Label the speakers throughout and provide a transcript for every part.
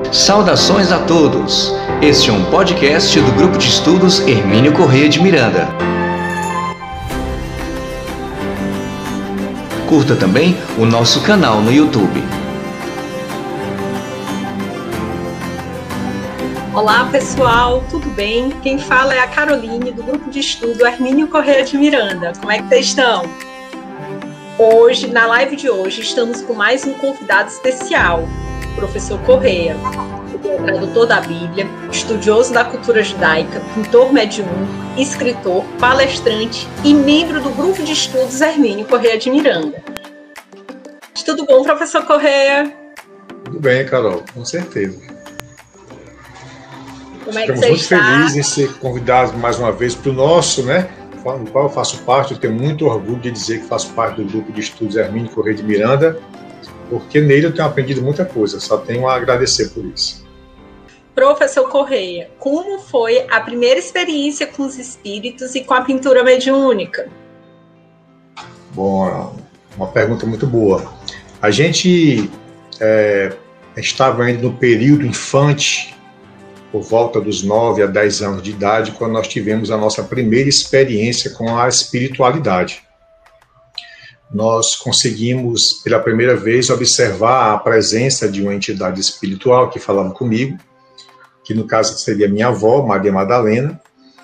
Speaker 1: Saudações a todos! Este é um podcast do Grupo de Estudos Hermínio Corrêa de Miranda. Curta também o nosso canal no YouTube.
Speaker 2: Olá pessoal, tudo bem? Quem fala é a Caroline do Grupo de Estudo Hermínio Corrêa de Miranda. Como é que vocês estão? Hoje, na live de hoje, estamos com mais um convidado especial, o professor Corrêa. Ele é tradutor da Bíblia, estudioso da cultura judaica, pintor mediúnico, escritor, palestrante e membro do Grupo de Estudos Hermínio Corrêa de Miranda. Tudo bom, professor Corrêa?
Speaker 3: Tudo bem, Carol, com certeza.
Speaker 2: Como é que
Speaker 3: Estamos
Speaker 2: você
Speaker 3: muito
Speaker 2: está?
Speaker 3: felizes em ser convidados mais uma vez para o nosso, do qual eu faço parte. Eu tenho muito orgulho de dizer que faço parte do Grupo de Estudos Hermínio Corrêa de Miranda, porque nele eu tenho aprendido muita coisa, só tenho a agradecer por isso.
Speaker 2: Professor Corrêa, como foi a primeira experiência com os espíritos e com a pintura mediúnica?
Speaker 3: Bom, uma pergunta muito boa. A gente estava ainda no período infante, por volta dos 9 a 10 anos de idade, quando nós tivemos a nossa primeira experiência com a espiritualidade. Nós conseguimos, pela primeira vez, observar a presença de uma entidade espiritual que falava comigo, que no caso seria minha avó, Maria Madalena,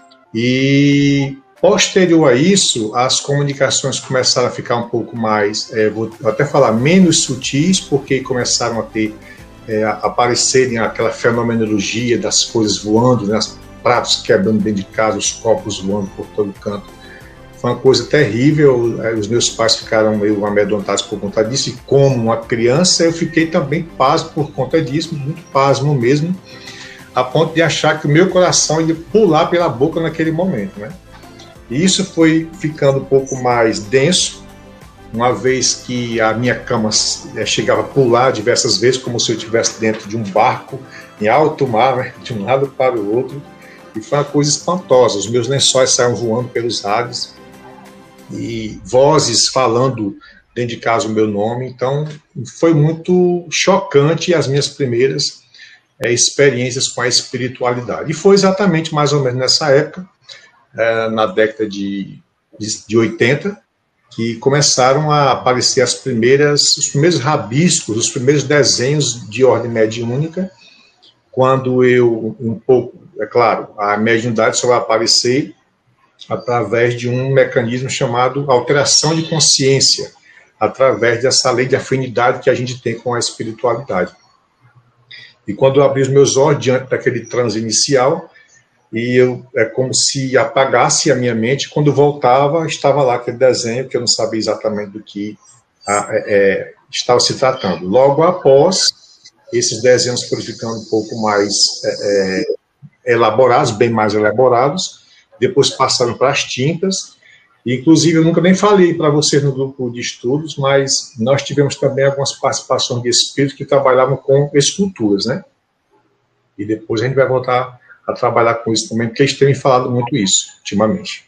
Speaker 3: e posterior a isso, as comunicações começaram a ficar um pouco mais, vou até falar, menos sutis, porque começaram a ter aparecerem aquela fenomenologia das coisas voando, né, os pratos quebrando dentro de casa, os copos voando por todo canto. Foi uma coisa terrível, os meus pais ficaram meio amedrontados por conta disso, e como uma criança eu fiquei também pasmo por conta disso, muito pasmo mesmo, a ponto de achar que o meu coração ia pular pela boca naquele momento, né? E isso foi ficando um pouco mais denso, uma vez que a minha cama chegava a pular diversas vezes, como se eu estivesse dentro de um barco em alto mar, né, de um lado para o outro, e foi uma coisa espantosa. Os meus lençóis saíram voando pelos ares, e vozes falando dentro de casa o meu nome. Então foi muito chocante as minhas primeiras experiências com a espiritualidade. E foi exatamente mais ou menos nessa época, na década de 80, que começaram a aparecer os primeiros rabiscos, os primeiros desenhos de ordem mediúnica, quando eu, um pouco, é claro, a mediunidade só vai aparecer através de um mecanismo chamado alteração de consciência, através dessa lei de afinidade que a gente tem com a espiritualidade. E quando eu abri os meus olhos diante daquele transe inicial, é como se apagasse a minha mente. Quando voltava, estava lá aquele desenho que eu não sabia exatamente do que estava se tratando. Logo após, esses desenhos foram ficando um pouco mais elaborados, bem mais elaborados, depois passaram para as tintas. Inclusive, eu nunca nem falei para vocês no grupo de estudos, mas nós tivemos também algumas participações de espíritos que trabalhavam com esculturas, né? E depois a gente vai voltar a trabalhar com isso também, porque eles têm falado muito isso, ultimamente.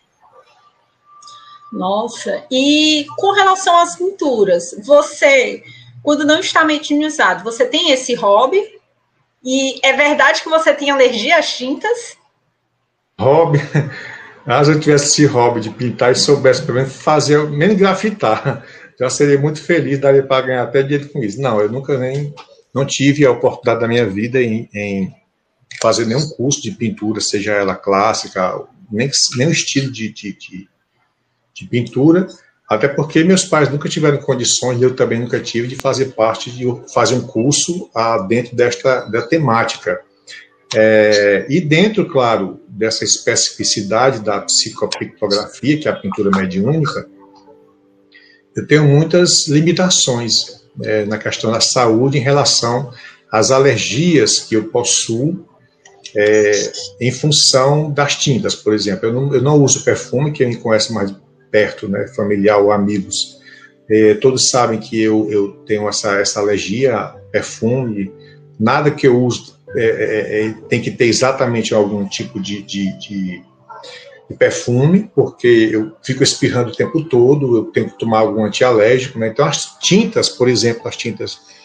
Speaker 2: Nossa, e com relação às pinturas, você, quando não está mediunizado, você tem esse hobby? E é verdade que você tem alergia às tintas?
Speaker 3: Hobby? Se eu tivesse esse hobby de pintar e soubesse pelo menos fazer, menos grafitar, já seria muito feliz, daria para ganhar até dinheiro com isso. Não, eu nunca não tive a oportunidade da minha vida em fazer nenhum curso de pintura, seja ela clássica, nem o estilo de pintura, até porque meus pais nunca tiveram condições, eu também nunca tive, de fazer fazer um curso dentro da temática. E dentro, claro, dessa especificidade da psicopictografia, que é a pintura mediúnica, eu tenho muitas limitações na questão da saúde em relação às alergias que eu possuo em função das tintas, por exemplo. Eu não uso perfume, quem me conhece mais perto, né, familiar ou amigos, todos sabem que eu tenho essa alergia a perfume. Nada que eu uso tem que ter exatamente algum tipo de perfume, porque eu fico espirrando o tempo todo, eu tenho que tomar algum antialérgico, né? Então as tintas, por exemplo, as tintas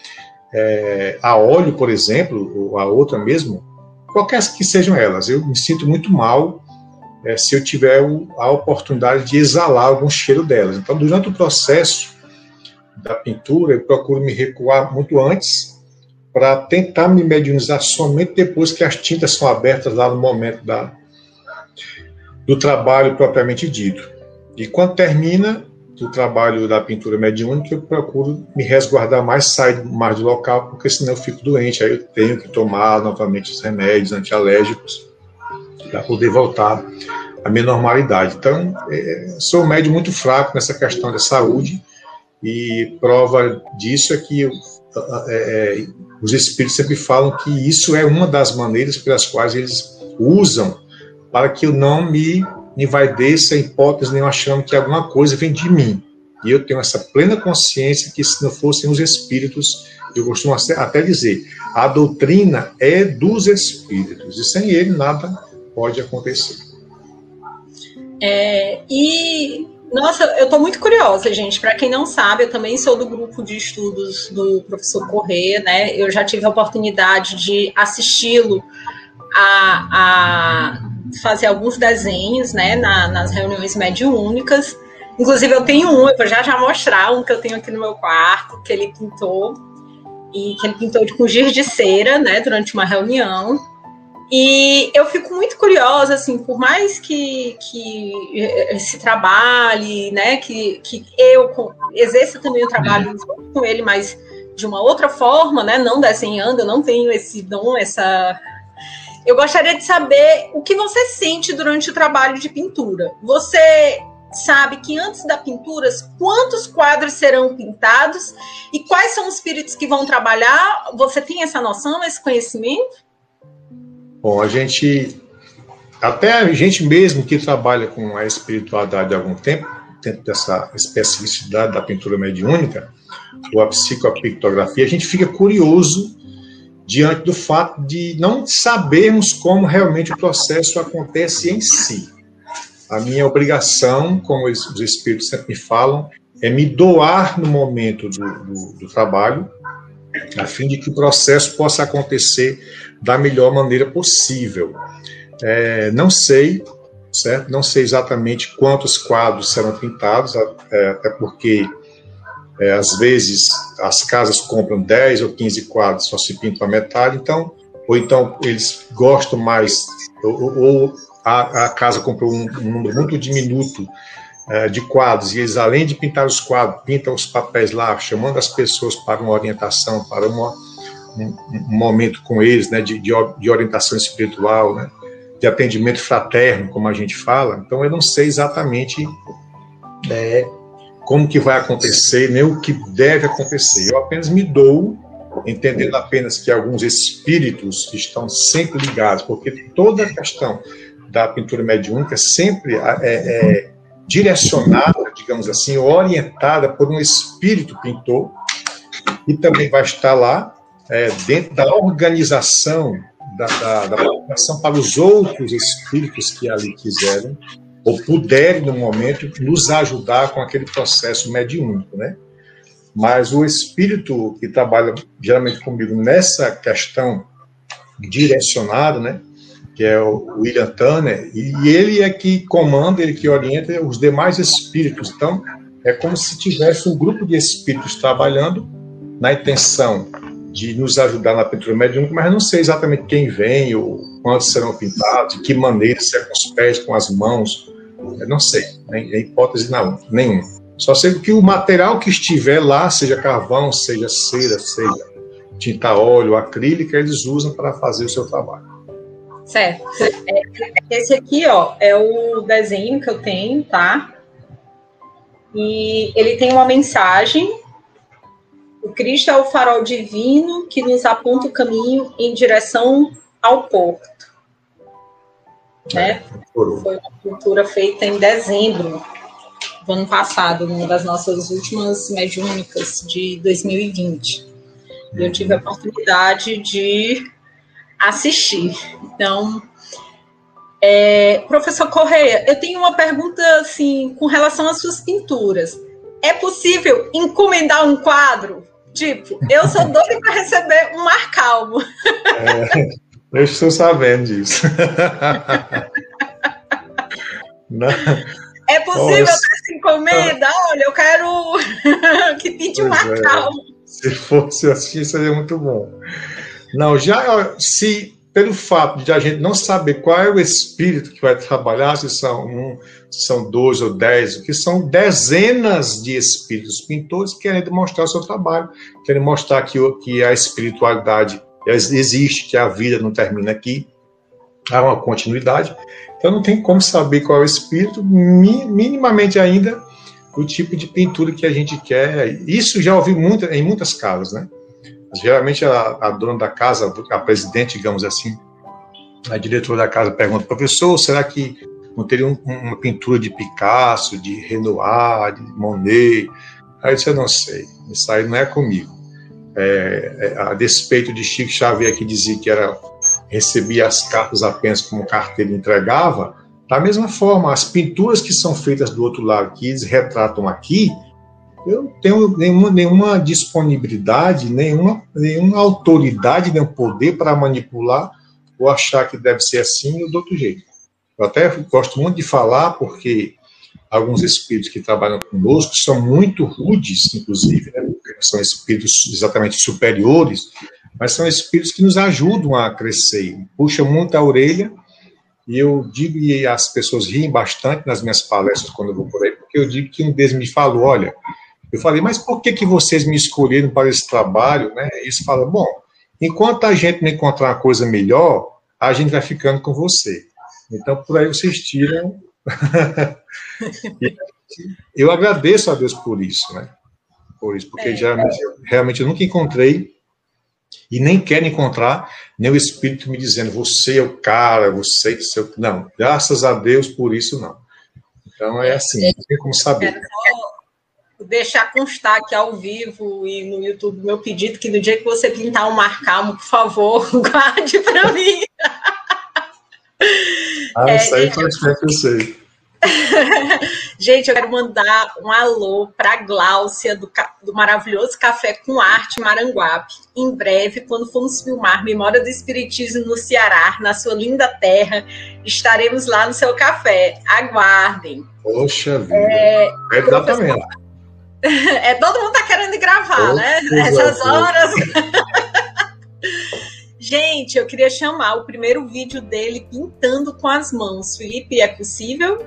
Speaker 3: a óleo, por exemplo, ou a outra mesmo, qualquer que sejam elas, eu me sinto muito mal se eu tiver a oportunidade de exalar algum cheiro delas. Então, durante o processo da pintura, eu procuro me recuar muito antes para tentar me mediunizar somente depois que as tintas são abertas lá no momento do trabalho propriamente dito. E quando termina o trabalho da pintura mediúnica, eu procuro me resguardar mais, sair mais do local, porque senão eu fico doente, aí eu tenho que tomar novamente os remédios antialérgicos para poder voltar à minha normalidade. Então, sou um médium muito fraco nessa questão da saúde, e prova disso é que os espíritos sempre falam que isso é uma das maneiras pelas quais eles usam para que eu não me envaideça em hipótese nenhuma achando que alguma coisa vem de mim. E eu tenho essa plena consciência que se não fossem os espíritos, eu costumo até dizer, a doutrina é dos espíritos, e sem ele nada pode acontecer.
Speaker 2: Nossa, eu estou muito curiosa, gente. Para quem não sabe, eu também sou do grupo de estudos do professor Corrêa, né? Eu já tive a oportunidade de assisti-lo a fazer alguns desenhos, né, nas reuniões mediúnicas. Inclusive, eu tenho eu vou já mostrar um que eu tenho aqui no meu quarto, que ele pintou, e que ele pintou com giz de cera, né, durante uma reunião. E eu fico muito curiosa, assim, por mais que se trabalhe, né, que eu exerça também o trabalho com ele, mas de uma outra forma, né, não desenhando, eu não tenho esse dom, Eu gostaria de saber o que você sente durante o trabalho de pintura. Você sabe que antes da pintura, quantos quadros serão pintados e quais são os espíritos que vão trabalhar? Você tem essa noção, esse conhecimento?
Speaker 3: Bom, até a gente mesmo que trabalha com a espiritualidade há algum tempo, dentro dessa especificidade da pintura mediúnica, ou a psicopictografia, a gente fica curioso diante do fato de não sabermos como realmente o processo acontece em si. A minha obrigação, como os espíritos sempre me falam, é me doar no momento do trabalho, a fim de que o processo possa acontecer da melhor maneira possível. Não sei, certo? Não sei exatamente quantos quadros serão pintados, até porque às vezes as casas compram 10 ou 15 quadros, só se pintam a metade, ou então eles gostam mais, ou a casa comprou um número muito diminuto de quadros, e eles, além de pintar os quadros, pintam os papéis lá, chamando as pessoas para uma orientação, para um momento com eles, né, de orientação espiritual, né, de atendimento fraterno, como a gente fala. Então, eu não sei exatamente como que vai acontecer, nem o que deve acontecer. Eu apenas me dou, entendendo apenas que alguns espíritos estão sempre ligados, porque toda a questão da pintura mediúnica sempre é direcionada, digamos assim, orientada por um espírito pintor, e também vai estar lá dentro da organização da população para os outros espíritos que ali quiserem ou puderem, no momento, nos ajudar com aquele processo mediúnico, né? Mas o espírito que trabalha geralmente comigo nessa questão direcionada, né, que é o William Turner, e ele é que comanda, ele que orienta os demais espíritos. Então, é como se tivesse um grupo de espíritos trabalhando na intenção de nos ajudar na pintura mediúnica, mas não sei exatamente quem vem, ou quantos serão pintados, de que maneira, se é com os pés, com as mãos, eu não sei, nem hipótese nenhuma. Só sei que o material que estiver lá, seja carvão, seja cera, seja tinta a óleo, acrílica, eles usam para fazer o seu trabalho.
Speaker 2: Certo. Esse aqui, ó, é o desenho que eu tenho, tá? E ele tem uma mensagem: o Cristo é o farol divino que nos aponta o caminho em direção ao porto. Né? Foi uma pintura feita em dezembro do ano passado, uma das nossas últimas mediúnicas de 2020. Eu tive a oportunidade de assistir. Então, professor Corrêa, eu tenho uma pergunta assim, com relação às suas pinturas. É possível encomendar um quadro? Tipo, eu sou doida para receber um mar calmo.
Speaker 3: Eu estou sabendo disso. Não.
Speaker 2: É possível ter essa encomenda? Olha, eu quero que pinte um mar calmo.
Speaker 3: Se fosse assim, seria muito bom. Não, já se pelo fato de a gente não saber qual é o espírito que vai trabalhar, se são um, se são 2 ou 10, que são dezenas de espíritos pintores que querem demonstrar o seu trabalho, querem mostrar que a espiritualidade existe, que a vida não termina aqui, há uma continuidade. Então não tem como saber qual é o espírito, minimamente ainda, o tipo de pintura que a gente quer. Isso já ouvi em muitas casas, né? Geralmente a dona da casa, a presidente, digamos assim, a diretora da casa pergunta: professor, será que não teria uma pintura de Picasso, de Renoir, de Monet? Aí eu disse: eu não sei, isso aí não é comigo. A despeito de Chico Xavier, que dizia que recebia as cartas apenas como carteira e entregava, da mesma forma, as pinturas que são feitas do outro lado, que eles retratam aqui, eu não tenho nenhuma disponibilidade, nenhuma autoridade, nenhum poder para manipular ou achar que deve ser assim ou do outro jeito. Eu até gosto muito de falar, porque alguns espíritos que trabalham conosco são muito rudes, inclusive, né? São espíritos exatamente superiores, mas são espíritos que nos ajudam a crescer, puxam muito a orelha. E eu digo, e as pessoas riem bastante nas minhas palestras quando eu vou por aí, porque eu digo que um deles me falou: olha, eu falei, mas por que vocês me escolheram para esse trabalho, né? E eles falam: bom, enquanto a gente não encontrar uma coisa melhor, a gente vai ficando com você. Então, por aí vocês tiram. Eu agradeço a Deus por isso, né? Por isso, porque realmente eu nunca encontrei, e nem quero encontrar, nem o espírito me dizendo: você é o cara, você é o seu... Não, graças a Deus por isso não. Então é assim, não tem como saber.
Speaker 2: Quero só deixar constar aqui ao vivo e no YouTube meu pedido, que no dia que você pintar um mar calmo, por favor, guarde para mim.
Speaker 3: Isso aí faz tempo que eu sei.
Speaker 2: Gente, eu quero mandar um alô para a Gláucia, do maravilhoso Café com Arte Maranguape. Em breve, quando formos filmar Memória do Espiritismo no Ceará, na sua linda terra, estaremos lá no seu café. Aguardem.
Speaker 3: Poxa vida. Exatamente.
Speaker 2: Todo mundo está querendo gravar, né? Essas horas. Gente, eu queria chamar o primeiro vídeo dele pintando com as mãos. Felipe, é possível?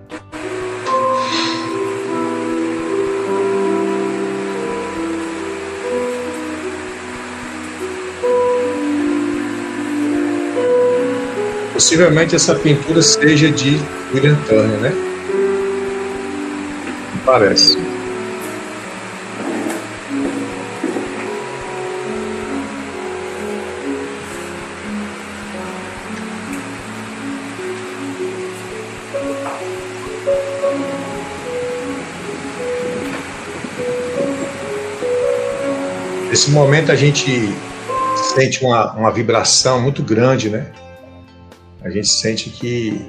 Speaker 3: Possivelmente essa pintura seja de William Turner, né? Parece. Nesse momento a gente sente uma vibração muito grande, né? A gente sente que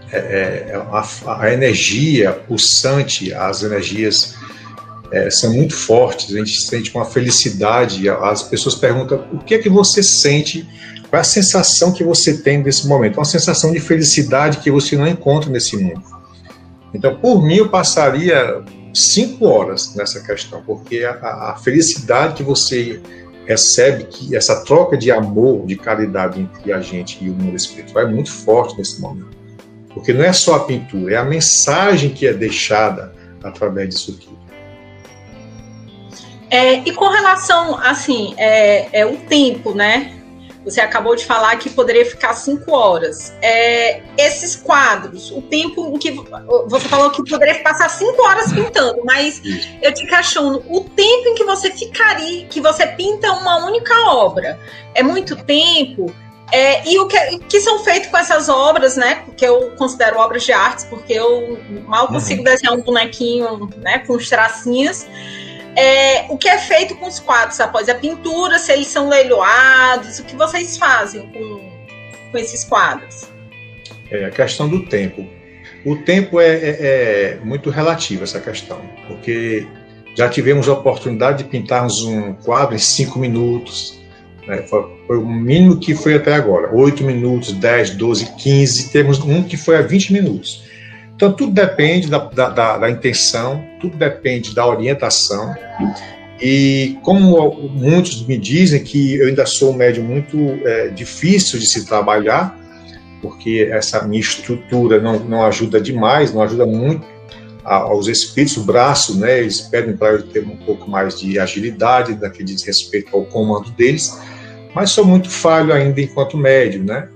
Speaker 3: a energia pulsante, as energias são muito fortes, a gente sente uma felicidade. As pessoas perguntam: o que é que você sente, qual é a sensação que você tem nesse momento? Uma sensação de felicidade que você não encontra nesse mundo. Então, por mim, eu passaria 5 horas nessa questão, porque a felicidade que você recebe, que essa troca de amor, de caridade entre a gente e o mundo espiritual é muito forte nesse momento. Porque não é só a pintura, é a mensagem que é deixada através disso aqui.
Speaker 2: E com relação, assim, o tempo, né? Você acabou de falar que poderia ficar 5 horas. Esses quadros, o tempo em que... Você falou que poderia passar 5 horas pintando, mas eu te questiono, o tempo em que você ficaria, que você pinta uma única obra, é muito tempo? E o que são feitos com essas obras, né? Que eu considero obras de arte, porque eu mal consigo desenhar um bonequinho, né, com os tracinhos. O que é feito com os quadros após a pintura, se eles são leiloados, o que vocês fazem com esses quadros?
Speaker 3: A questão do tempo. O tempo é muito relativo, essa questão, porque Já tivemos a oportunidade de pintarmos um quadro em 5 minutos, né? Foi o mínimo que foi até agora, 8 minutos, 10, 12, 15, temos um que foi a 20 minutos. Então, tudo depende da intenção, tudo depende da orientação. E como muitos me dizem que eu ainda sou um médium muito difícil de se trabalhar, porque essa minha estrutura não ajuda demais, não ajuda muito aos espíritos, o braço, né, eles pedem para eu ter um pouco mais de agilidade, daquele diz respeito ao comando deles, mas sou muito falho ainda enquanto médium, né?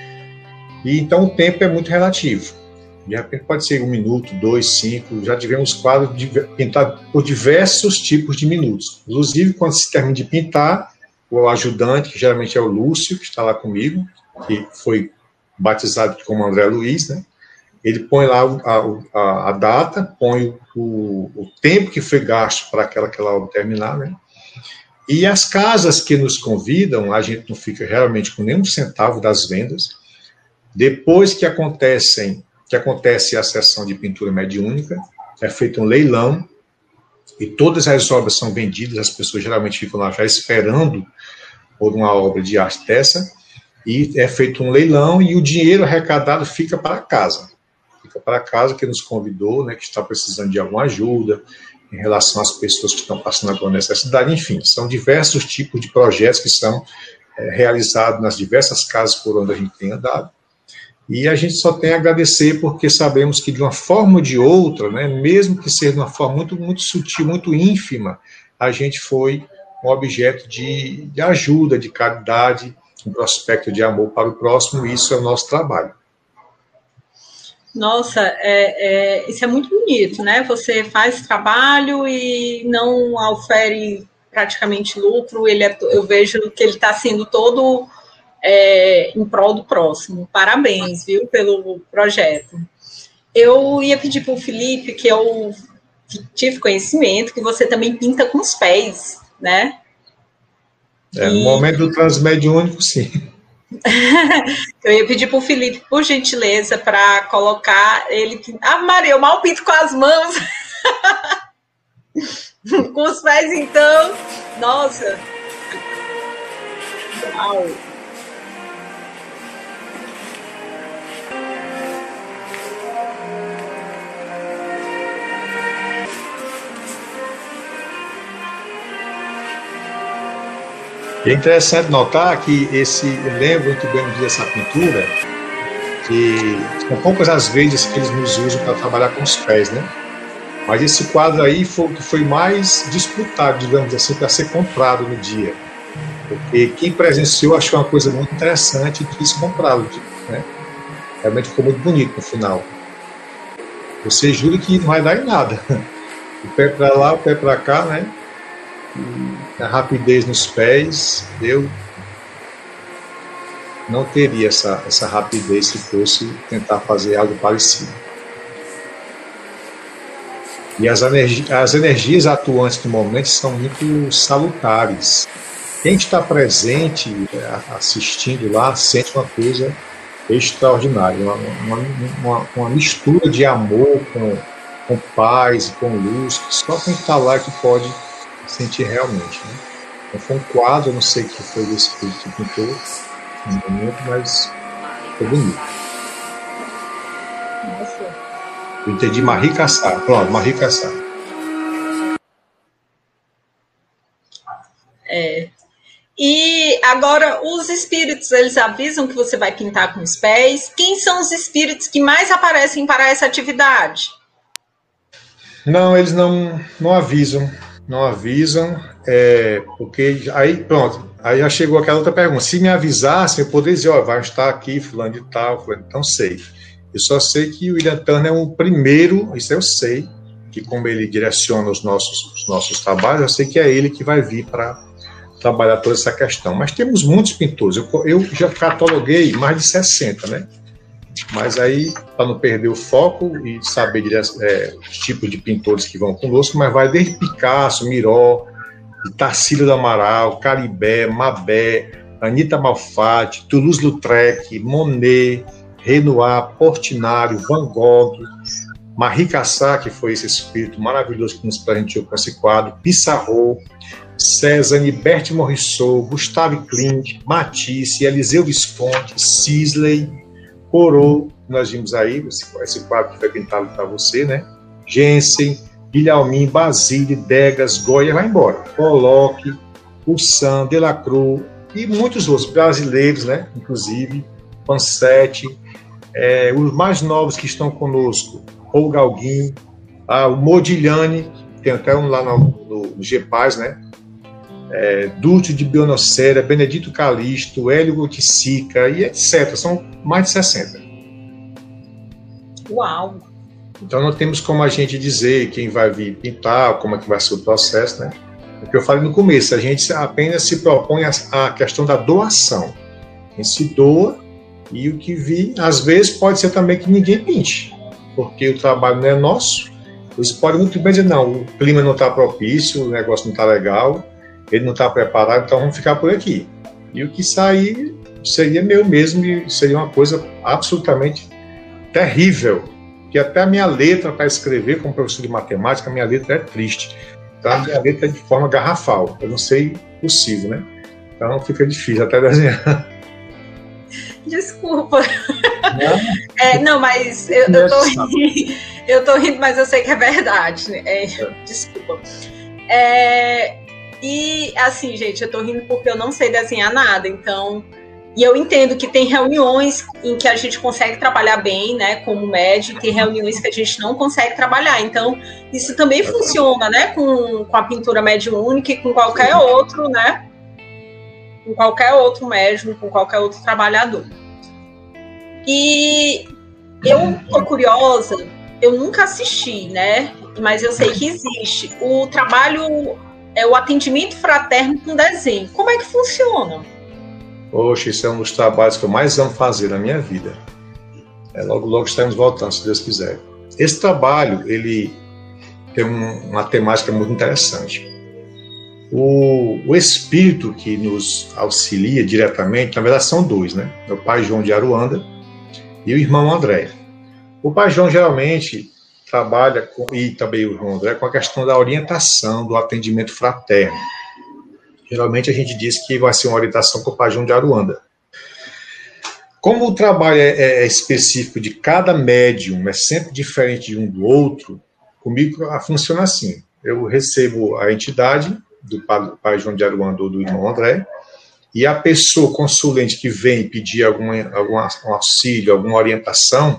Speaker 3: E então o tempo é muito relativo. De repente pode ser 1 minuto, 2, 5, já tivemos quadros pintados por diversos tipos de minutos. Inclusive, quando se termina de pintar, o ajudante, que geralmente é o Lúcio, que está lá comigo, que foi batizado como André Luiz, né? Ele põe lá a data, põe o tempo que foi gasto para aquela obra terminar, né? E as casas que nos convidam, a gente não fica realmente com nenhum centavo das vendas. Depois que acontece a sessão de pintura mediúnica, é feito um leilão, e todas as obras são vendidas, as pessoas geralmente ficam lá já esperando por uma obra de arte dessa, e é feito um leilão, e o dinheiro arrecadado fica para casa. Fica para casa que nos convidou, né, que está precisando de alguma ajuda, em relação às pessoas que estão passando por necessidade, enfim, são diversos tipos de projetos que são realizados nas diversas casas por onde a gente tem andado. E a gente só tem a agradecer porque sabemos que de uma forma ou de outra, né, mesmo que seja de uma forma muito, muito sutil, muito ínfima, a gente foi um objeto de ajuda, de caridade, um prospecto de amor para o próximo, e isso é o nosso trabalho.
Speaker 2: Nossa, isso é muito bonito, né? Você faz trabalho e não ofere praticamente lucro, eu vejo que ele está sendo todo em prol do próximo. Parabéns, viu, pelo projeto. Eu ia pedir para o Felipe, que eu tive conhecimento, que você também pinta com os pés, né?
Speaker 3: No momento do transmediúnico, sim.
Speaker 2: Eu ia pedir para o Felipe, por gentileza, para colocar ele... Ah, Maria, eu mal pinto com as mãos. Com os pés, então. Nossa. Uau.
Speaker 3: É interessante notar que eu lembro muito bem dessa pintura, que são poucas as vezes que eles nos usam para trabalhar com os pés, né? Mas esse quadro aí foi o que foi mais disputado, digamos assim, para ser comprado no dia. Porque quem presenciou achou uma coisa muito interessante e quis comprá-lo, né? Realmente ficou muito bonito no final. Você jura que não vai dar em nada. O pé para lá, o pé para cá, né? A rapidez nos pés, eu não teria essa rapidez se fosse tentar fazer algo parecido. E as energias atuantes no momento são muito salutares. Quem está presente, assistindo lá, sente uma coisa extraordinária, uma mistura de amor com paz e com luz, que só quem está lá que pode sentir realmente, né? Então foi um quadro, eu não sei o que foi desse que pintou no momento, mas foi bonito.
Speaker 2: Nossa.
Speaker 3: Eu entendi Marie Cassar. Pronto, Marie Cassar.
Speaker 2: E agora, os espíritos, eles avisam que você vai pintar com os pés. Quem são os espíritos que mais aparecem para essa atividade?
Speaker 3: Não, eles não avisam. Não avisam, porque aí pronto, aí já chegou aquela outra pergunta. Se me avisassem, eu poderia dizer, vai estar aqui fulano de tal, então sei. Eu só sei que o William Turner é o primeiro, isso eu sei, que como ele direciona os nossos trabalhos, eu sei que é ele que vai vir para trabalhar toda essa questão. Mas temos muitos pintores, eu já cataloguei mais de 60, né? Mas aí, para não perder o foco e saber os tipos de pintores que vão conosco, mas vai desde Picasso, Miró, Tarsílio do Amaral, Caribé, Mabé, Anita Malfatti, Toulouse-Lautrec, Monet, Renoir, Portinari, Van Gogh, Maricaçá, que foi esse espírito maravilhoso que nos presenteou com esse quadro, Pissarro, César, Berti Morrissot, Gustavo Klimt, Matisse, Eliseu Visconti, Sisley, Corot, nós vimos aí, esse quadro que foi pintado para você, né? Jensen, Guilhermin, Basile, Degas, Goya, vai embora. Pollock, Poussin, Delacroix e muitos outros brasileiros, né? Inclusive, Pansetti, os mais novos que estão conosco, Paul Gauguin, o Modigliani, tem até um lá no GPAS, né? Dúcio de Bionocera, Benedito Calixto, Hélio Goticica e etc. São mais de 60.
Speaker 2: Uau!
Speaker 3: Então não temos como a gente dizer quem vai vir pintar, como é que vai ser o processo, né? O que eu falei no começo, a gente apenas se propõe a questão da doação. A gente se doa e o que vir, às vezes pode ser também que ninguém pinte, porque o trabalho não é nosso. Eles podem muito bem dizer, não, o clima não está propício, o negócio não está legal, ele não está preparado, então vamos ficar por aqui. E o que sair seria meu mesmo e seria uma coisa absolutamente terrível, que até a minha letra para escrever, como professor de matemática, a minha letra é triste. Então, a minha letra é de forma garrafal, eu não sei possível, né? Então fica difícil até desenhar.
Speaker 2: Desculpa. Não, mas eu tô rindo, mas eu sei que é verdade. Desculpa. E assim, gente, eu tô rindo porque eu não sei desenhar nada, então... E eu entendo que tem reuniões em que a gente consegue trabalhar bem, né, como médio, e tem reuniões que a gente não consegue trabalhar. Então, isso também funciona, né, com a pintura mediúnica e com qualquer outro, né, com qualquer outro médium, com qualquer outro trabalhador. E eu tô curiosa, eu nunca assisti, né, mas eu sei que existe. O trabalho, o atendimento fraterno com desenho. Como é que funciona?
Speaker 3: Poxa, isso é um dos trabalhos que eu mais amo fazer na minha vida. Logo, logo estaremos voltando, se Deus quiser. Esse trabalho, ele tem uma temática muito interessante. O espírito que nos auxilia diretamente, na verdade são dois, né? É o pai João de Aruanda e o irmão André. O pai João geralmente trabalha, e também o irmão André, com a questão da orientação, do atendimento fraterno. Geralmente a gente diz que vai ser uma orientação com o pai João de Aruanda. Como o trabalho é específico de cada médium, é sempre diferente de um do outro, comigo funciona assim. Eu recebo a entidade do pai João de Aruanda ou do irmão André, e a pessoa consulente que vem pedir algum auxílio, alguma orientação,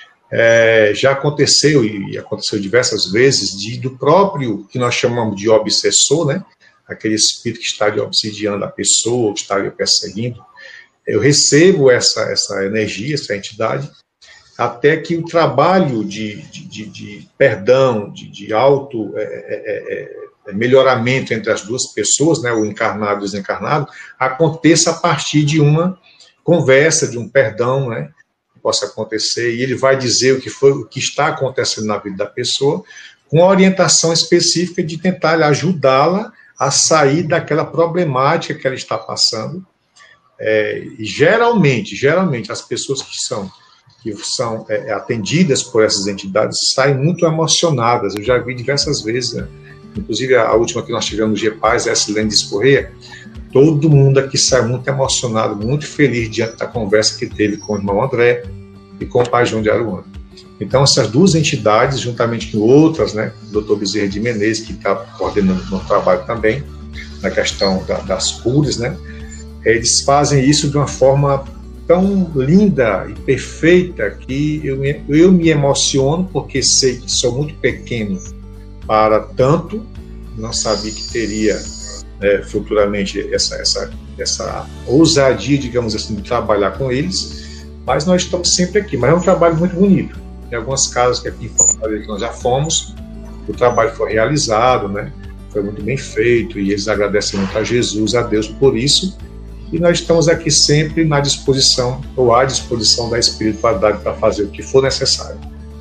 Speaker 3: já aconteceu, e aconteceu diversas vezes, do próprio, que nós chamamos de obsessor, né? Aquele espírito que está ali obsidiando a pessoa, que está ali perseguindo. Eu recebo essa energia, essa entidade, até que o trabalho de perdão, de auto melhoramento entre as duas pessoas, né, o encarnado e o desencarnado, aconteça a partir de uma conversa, de um perdão, né, que possa acontecer, e ele vai dizer o que está acontecendo na vida da pessoa, com a orientação específica de tentar ajudá-la a sair daquela problemática que ela está passando. E geralmente, as pessoas que são atendidas por essas entidades saem muito emocionadas. Eu já vi diversas vezes, né? Inclusive a última que nós tivemos no GPAS, essa Helene Correia, todo mundo aqui sai muito emocionado, muito feliz diante da conversa que teve com o irmão André e com o pai João de Aruanda. Então, essas duas entidades, juntamente com outras, né, o Dr. Bezerra de Menezes, que está coordenando o trabalho também, na questão das curas, né, eles fazem isso de uma forma tão linda e perfeita que eu me emociono, porque sei que sou muito pequeno para tanto, não sabia que teria futuramente essa ousadia, digamos assim, de trabalhar com eles, mas nós estamos sempre aqui. Mas é um trabalho muito bonito. Tem algumas casas que aqui em Fortaleza nós já fomos, o trabalho foi realizado, né? Foi muito bem feito, e eles agradecem muito a Jesus, a Deus por isso, e nós estamos aqui sempre na disposição, ou à disposição da espiritualidade para fazer o que for necessário.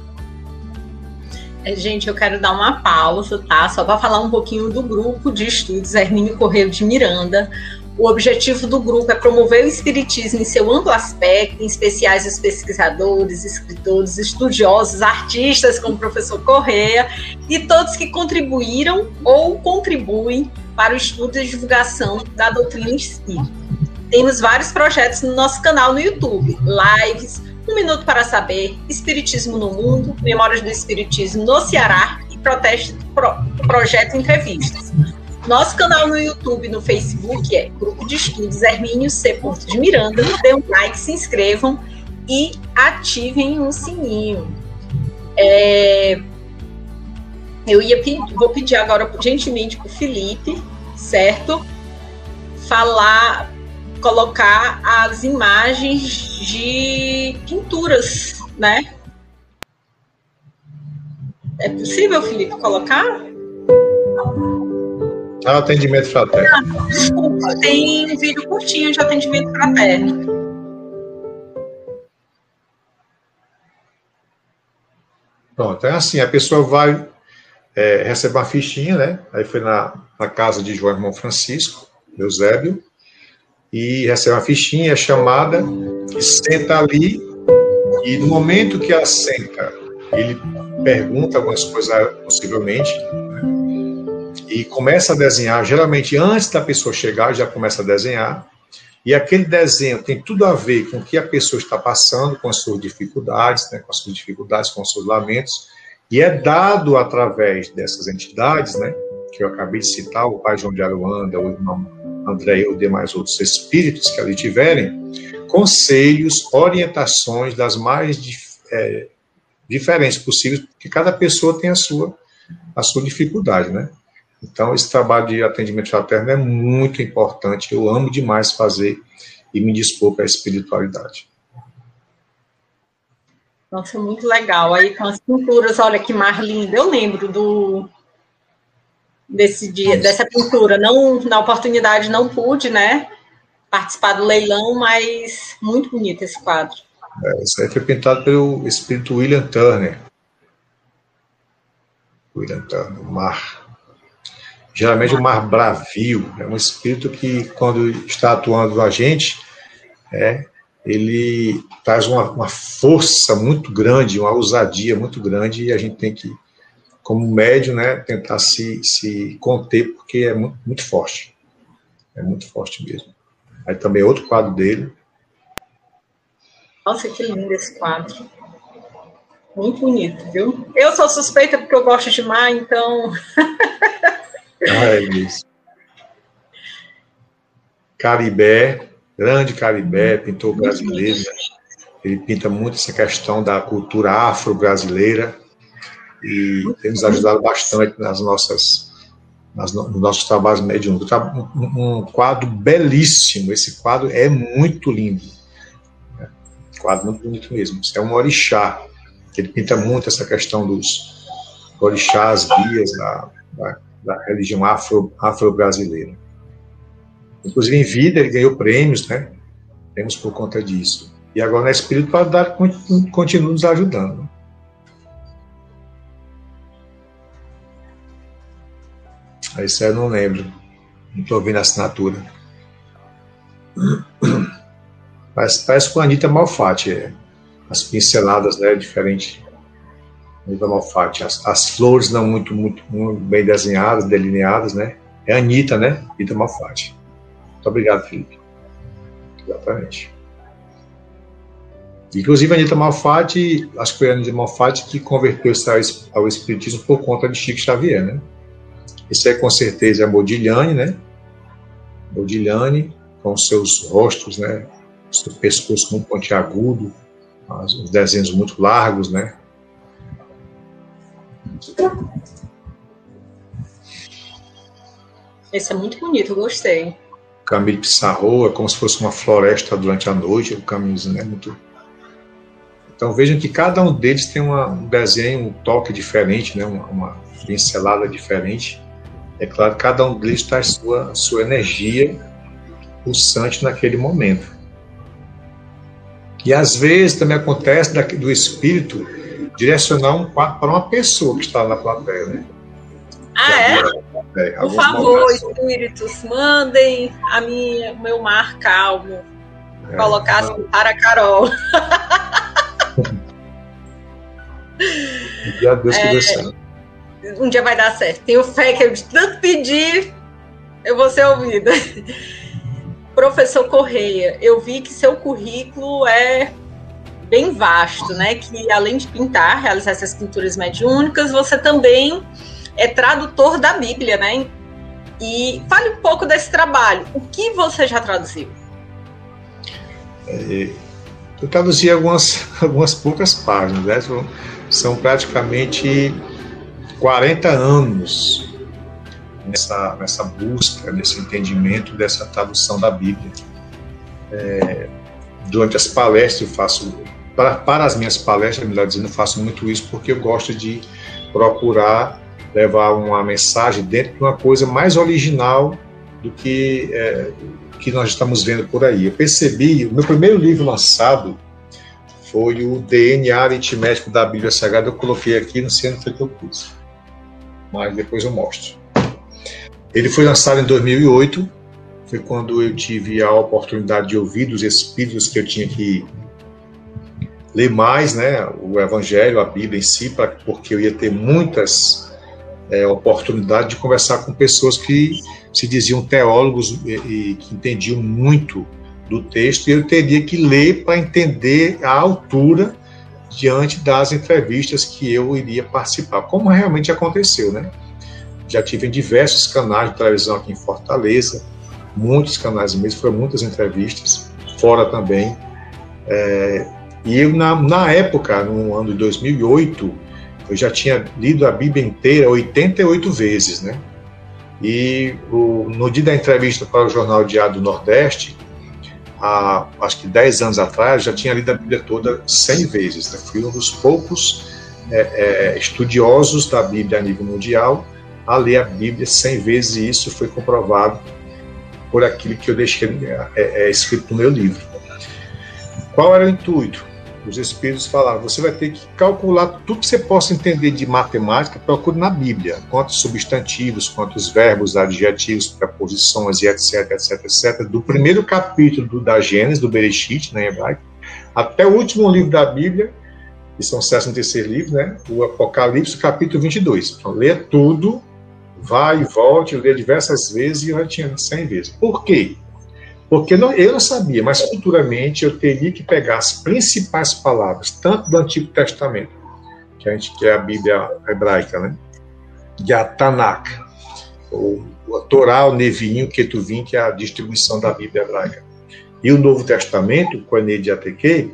Speaker 2: Gente, eu quero dar uma pausa, tá? Só para falar um pouquinho do grupo de estudos Hermínio Correia de Miranda, O objetivo do grupo é promover o espiritismo em seu amplo aspecto, em especiais os pesquisadores, escritores, estudiosos, artistas, como o professor Correia, e todos que contribuíram ou contribuem para o estudo e divulgação da doutrina espírita. Temos vários projetos no nosso canal no YouTube, lives, 1 Minuto para Saber, Espiritismo no Mundo, Memórias do Espiritismo no Ceará e Projeto Entrevistas. Nosso canal no YouTube e no Facebook é Grupo de Estudos Hermínio C. Porto de Miranda. Dê um like, se inscrevam e ativem o sininho. Vou pedir agora gentilmente para o Felipe, certo? Colocar as imagens de pinturas, né? É possível, Felipe, colocar?
Speaker 3: Atendimento fraterno.
Speaker 2: Desculpa, tem um vídeo curtinho de atendimento fraterno.
Speaker 3: Pronto, é assim, a pessoa vai receber uma fichinha, né? Aí foi na casa de João Irmão Francisco, Eusébio, e recebe uma fichinha, é chamada, e senta ali, e no momento que ela senta, ele pergunta algumas coisas, possivelmente, e começa a desenhar, geralmente antes da pessoa chegar, já começa a desenhar, e aquele desenho tem tudo a ver com o que a pessoa está passando, com as suas dificuldades, né, com os seus lamentos, e é dado através dessas entidades, né, que eu acabei de citar, o pai João de Aruanda, o irmão André e os demais outros espíritos que ali tiverem, conselhos, orientações das mais diferentes possíveis, porque cada pessoa tem a sua dificuldade, né? Então, esse trabalho de atendimento fraterno é muito importante. Eu amo demais fazer e me dispor para a espiritualidade.
Speaker 2: Nossa, muito legal. Aí com as pinturas, olha que mar lindo. Eu lembro desse dia, dessa pintura. Não, na oportunidade não pude, né, participar do leilão, mas muito bonito esse quadro.
Speaker 3: Isso aí foi pintado pelo espírito William Turner. O mar. Geralmente o mar bravio, é um espírito que, quando está atuando a gente, ele traz uma força muito grande, uma ousadia muito grande, e a gente tem que, como médium, né, tentar se conter, porque é muito, muito forte. É muito forte mesmo. Aí também outro quadro dele.
Speaker 2: Nossa, que lindo esse quadro. Muito bonito, viu? Eu sou suspeita porque eu gosto de mar, então...
Speaker 3: É isso. Caribé, grande Caribé, pintor brasileiro. Ele pinta muito essa questão da cultura afro-brasileira e tem nos ajudado bastante nos nossos trabalhos mediúnicos. Um quadro belíssimo, esse quadro é muito lindo. Um quadro muito bonito mesmo. Isso é um orixá. Ele pinta muito essa questão dos orixás, guias da religião afro-brasileira. Inclusive, em vida, ele ganhou prêmios, né? Prêmios por conta disso. E agora, na espiritualidade, continua nos ajudando. Isso eu não lembro. Não estou vendo a assinatura. Parece com a Anita Malfatti. As pinceladas, né, diferente. Anita Malfatti. As flores não muito bem desenhadas, delineadas, né? É a Anita, né? Anita Malfatti. Muito obrigado, Felipe. Exatamente. Inclusive, a Anita Malfatti, acho que foi a Anita Malfatti que converteu-se ao espiritismo por conta de Chico Xavier, né? Esse aí, com certeza, é Modigliani, né? Modigliani, com seus rostos, né? Seu pescoço muito pontiagudo, os desenhos muito largos, né?
Speaker 2: Esse é muito bonito, eu gostei.
Speaker 3: Camille Pissarro é como se fosse uma floresta durante a noite, o caminhozinho, né? Muito... Então vejam que cada um deles tem um desenho, um toque diferente, né? Uma pincelada diferente. É claro que cada um deles traz sua energia pulsante naquele momento. E às vezes também acontece do espírito direcionar um quadro para uma pessoa que está na plateia, né?
Speaker 2: Por favor, espíritos, mandem o meu mar calmo. Colocar assim para a Carol. Um dia vai dar certo. Tenho fé que eu de tanto pedir, eu vou ser ouvida. Professor Correia, eu vi que seu currículo é bem vasto, né? Que além de pintar, realizar essas pinturas mediúnicas, você também é tradutor da Bíblia, né? E fale um pouco desse trabalho. O que você já traduziu?
Speaker 3: Eu traduzi algumas poucas páginas, né? São praticamente 40 anos nessa busca, nesse entendimento dessa tradução da Bíblia. Durante as palestras eu faço, para as minhas palestras, melhor dizendo, eu faço muito isso porque eu gosto de procurar levar uma mensagem dentro de uma coisa mais original do que nós estamos vendo por aí. Eu percebi, o meu primeiro livro lançado foi o DNA aritmético da Bíblia Sagrada. Eu coloquei aqui, não sei onde foi que eu pus, mas depois eu mostro. Ele foi lançado em 2008, foi quando eu tive a oportunidade de ouvir dos espíritos que eu tinha que ler mais, né, o Evangelho, a Bíblia em si, porque eu ia ter muitas oportunidades de conversar com pessoas que se diziam teólogos e que entendiam muito do texto, e eu teria que ler para entender a altura diante das entrevistas que eu iria participar, como realmente aconteceu, né? Já tive em diversos canais de televisão aqui em Fortaleza, muitos canais mesmo, foram muitas entrevistas, fora também. E eu, na época, no ano de 2008, eu já tinha lido a Bíblia inteira 88 vezes, né? E no dia da entrevista para o Jornal Diário do Nordeste, acho que 10 anos atrás, já tinha lido a Bíblia toda 100 vezes. Né? Fui um dos poucos estudiosos da Bíblia a nível mundial a ler a Bíblia 100 vezes, e isso foi comprovado por aquilo que eu deixei escrito no meu livro. Qual era o intuito? Os espíritos falaram, você vai ter que calcular tudo que você possa entender de matemática, procure na Bíblia, quantos substantivos, quantos verbos, adjetivos, preposições e etc, etc, etc, do primeiro capítulo da Gênesis, do Bereshit, na hebraico, até o último livro da Bíblia, que são 66 livros, né, o Apocalipse, capítulo 22. Então, lê tudo, vai e volte, lê diversas vezes, e eu já tinha 100 vezes. Por quê? Porque eu não sabia, mas futuramente eu teria que pegar as principais palavras, tanto do Antigo Testamento, que é a Bíblia hebraica, né? De a Tanakh, ou a Torá, o Neviim, o Ketuvim, que é a distribuição da Bíblia hebraica. E o Novo Testamento, o Koine de Atequei,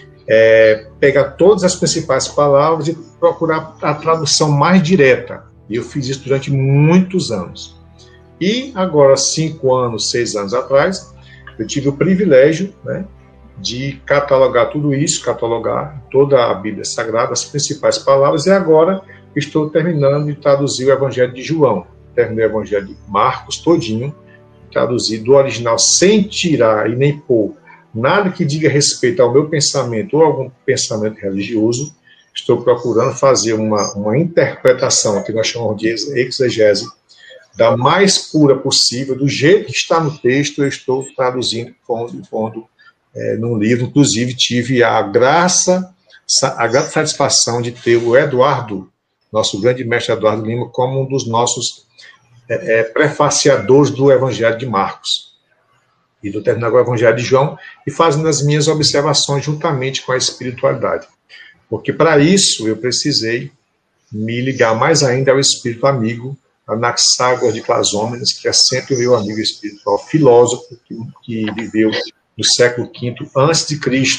Speaker 3: pegar todas as principais palavras e procurar a tradução mais direta. E eu fiz isso durante muitos anos. E agora, 5 anos, 6 anos atrás, eu tive o privilégio, né, de catalogar tudo isso, catalogar toda a Bíblia Sagrada, as principais palavras, e agora estou terminando de traduzir o Evangelho de João. Terminei o Evangelho de Marcos todinho, traduzi do original sem tirar e nem pôr nada que diga respeito ao meu pensamento ou algum pensamento religioso. Estou procurando fazer uma interpretação, que nós chamamos de exegese, da mais pura possível, do jeito que está no texto. Eu estou traduzindo, pondo num livro. Inclusive, tive a grande satisfação de ter o Eduardo, nosso grande mestre Eduardo Lima, como um dos nossos prefaciadores do Evangelho de Marcos. E do terminar o Evangelho de João, e fazendo as minhas observações juntamente com a espiritualidade. Porque, para isso, eu precisei me ligar mais ainda ao espírito amigo, Anaxágoras de Clasômenes, que é sempre o meu amigo espiritual, filósofo, que viveu no século V a.C.,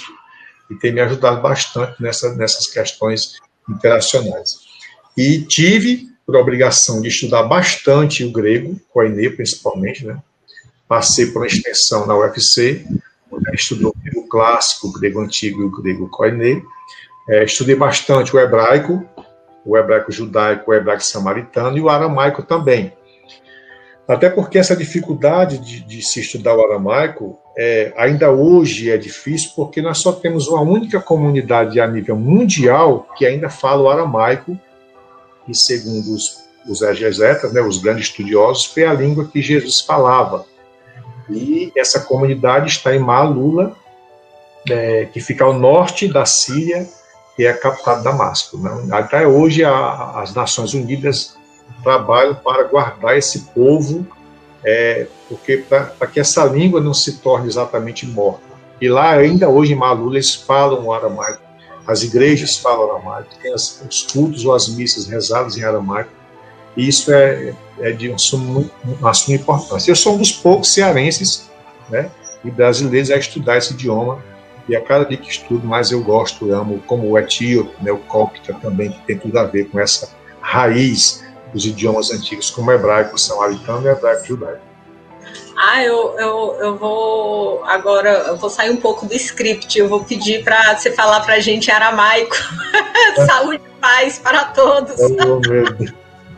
Speaker 3: e tem me ajudado bastante nessas questões interacionais. E tive, por obrigação, de estudar bastante o grego, Koine principalmente, né? Passei por uma extensão na UFC, onde estudou o grego clássico, o grego antigo e o grego Koine. Estudei bastante o hebraico judaico, o hebraico samaritano e o aramaico também. Até porque essa dificuldade de se estudar o aramaico ainda hoje é difícil, porque nós só temos uma única comunidade a nível mundial que ainda fala o aramaico, e segundo os exegetas, né, os grandes estudiosos, foi a língua que Jesus falava. E essa comunidade está em Maalula, que fica ao norte da Síria, que é a capital de Damasco. Né? Até hoje, as Nações Unidas trabalham para guardar esse povo, porque para que essa língua não se torne exatamente morta. E lá, ainda hoje, em Maalula, eles falam o aramaico. As igrejas falam aramaico, tem os cultos ou as missas rezadas em aramaico. E isso é de uma suma importância. Eu sou um dos poucos cearenses, né, e brasileiros a estudar esse idioma. E a cada dia que estudo, mais eu gosto, amo, como o etíope, né, o cópita também, que tem tudo a ver com essa raiz dos idiomas antigos, como o hebraico samaritano e o hebraico judaico.
Speaker 2: Eu vou agora, eu vou sair um pouco do script, eu vou pedir para você falar para a gente em aramaico. Saúde e paz para todos.
Speaker 3: Oh, meu Deus.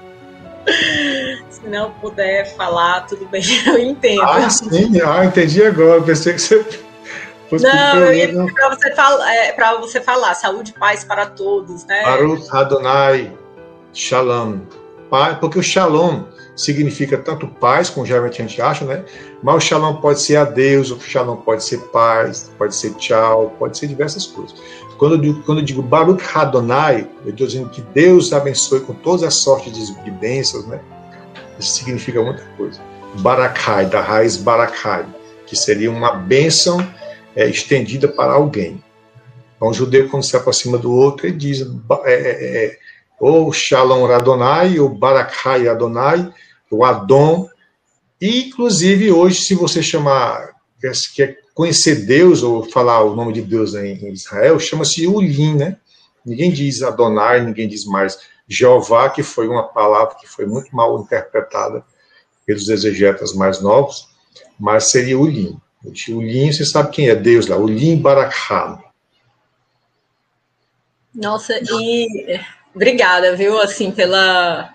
Speaker 2: Se não puder falar, tudo bem, eu entendo.
Speaker 3: Sim, entendi agora, pensei que você...
Speaker 2: Não, para você falar, saúde e paz para todos, né?
Speaker 3: Baruch Adonai Shalom. Porque o Shalom significa tanto paz, como geralmente a gente acha, né? Mas o Shalom pode ser adeus, o Shalom pode ser paz, pode ser tchau, pode ser diversas coisas. Quando eu digo Baruch Adonai, eu estou dizendo que Deus abençoe com todas as sortes de bênçãos, né? Isso significa muita coisa. Barakai, da raiz Barakai, que seria uma bênção estendida para alguém. Então, o judeu, quando se aproxima do outro, ele diz ou Shalom Adonai, ou Barakai Adonai, o Adon. E, inclusive, hoje, se você chamar, quer conhecer Deus, ou falar o nome de Deus em Israel, chama-se Ulim, né? Ninguém diz Adonai, ninguém diz mais Jeová, que foi uma palavra que foi muito mal interpretada pelos exegetas mais novos, mas seria Ulim. O Ulim, você sabe quem é Deus lá, Ulim Barakha.
Speaker 2: Nossa, e obrigada, viu, assim, pela...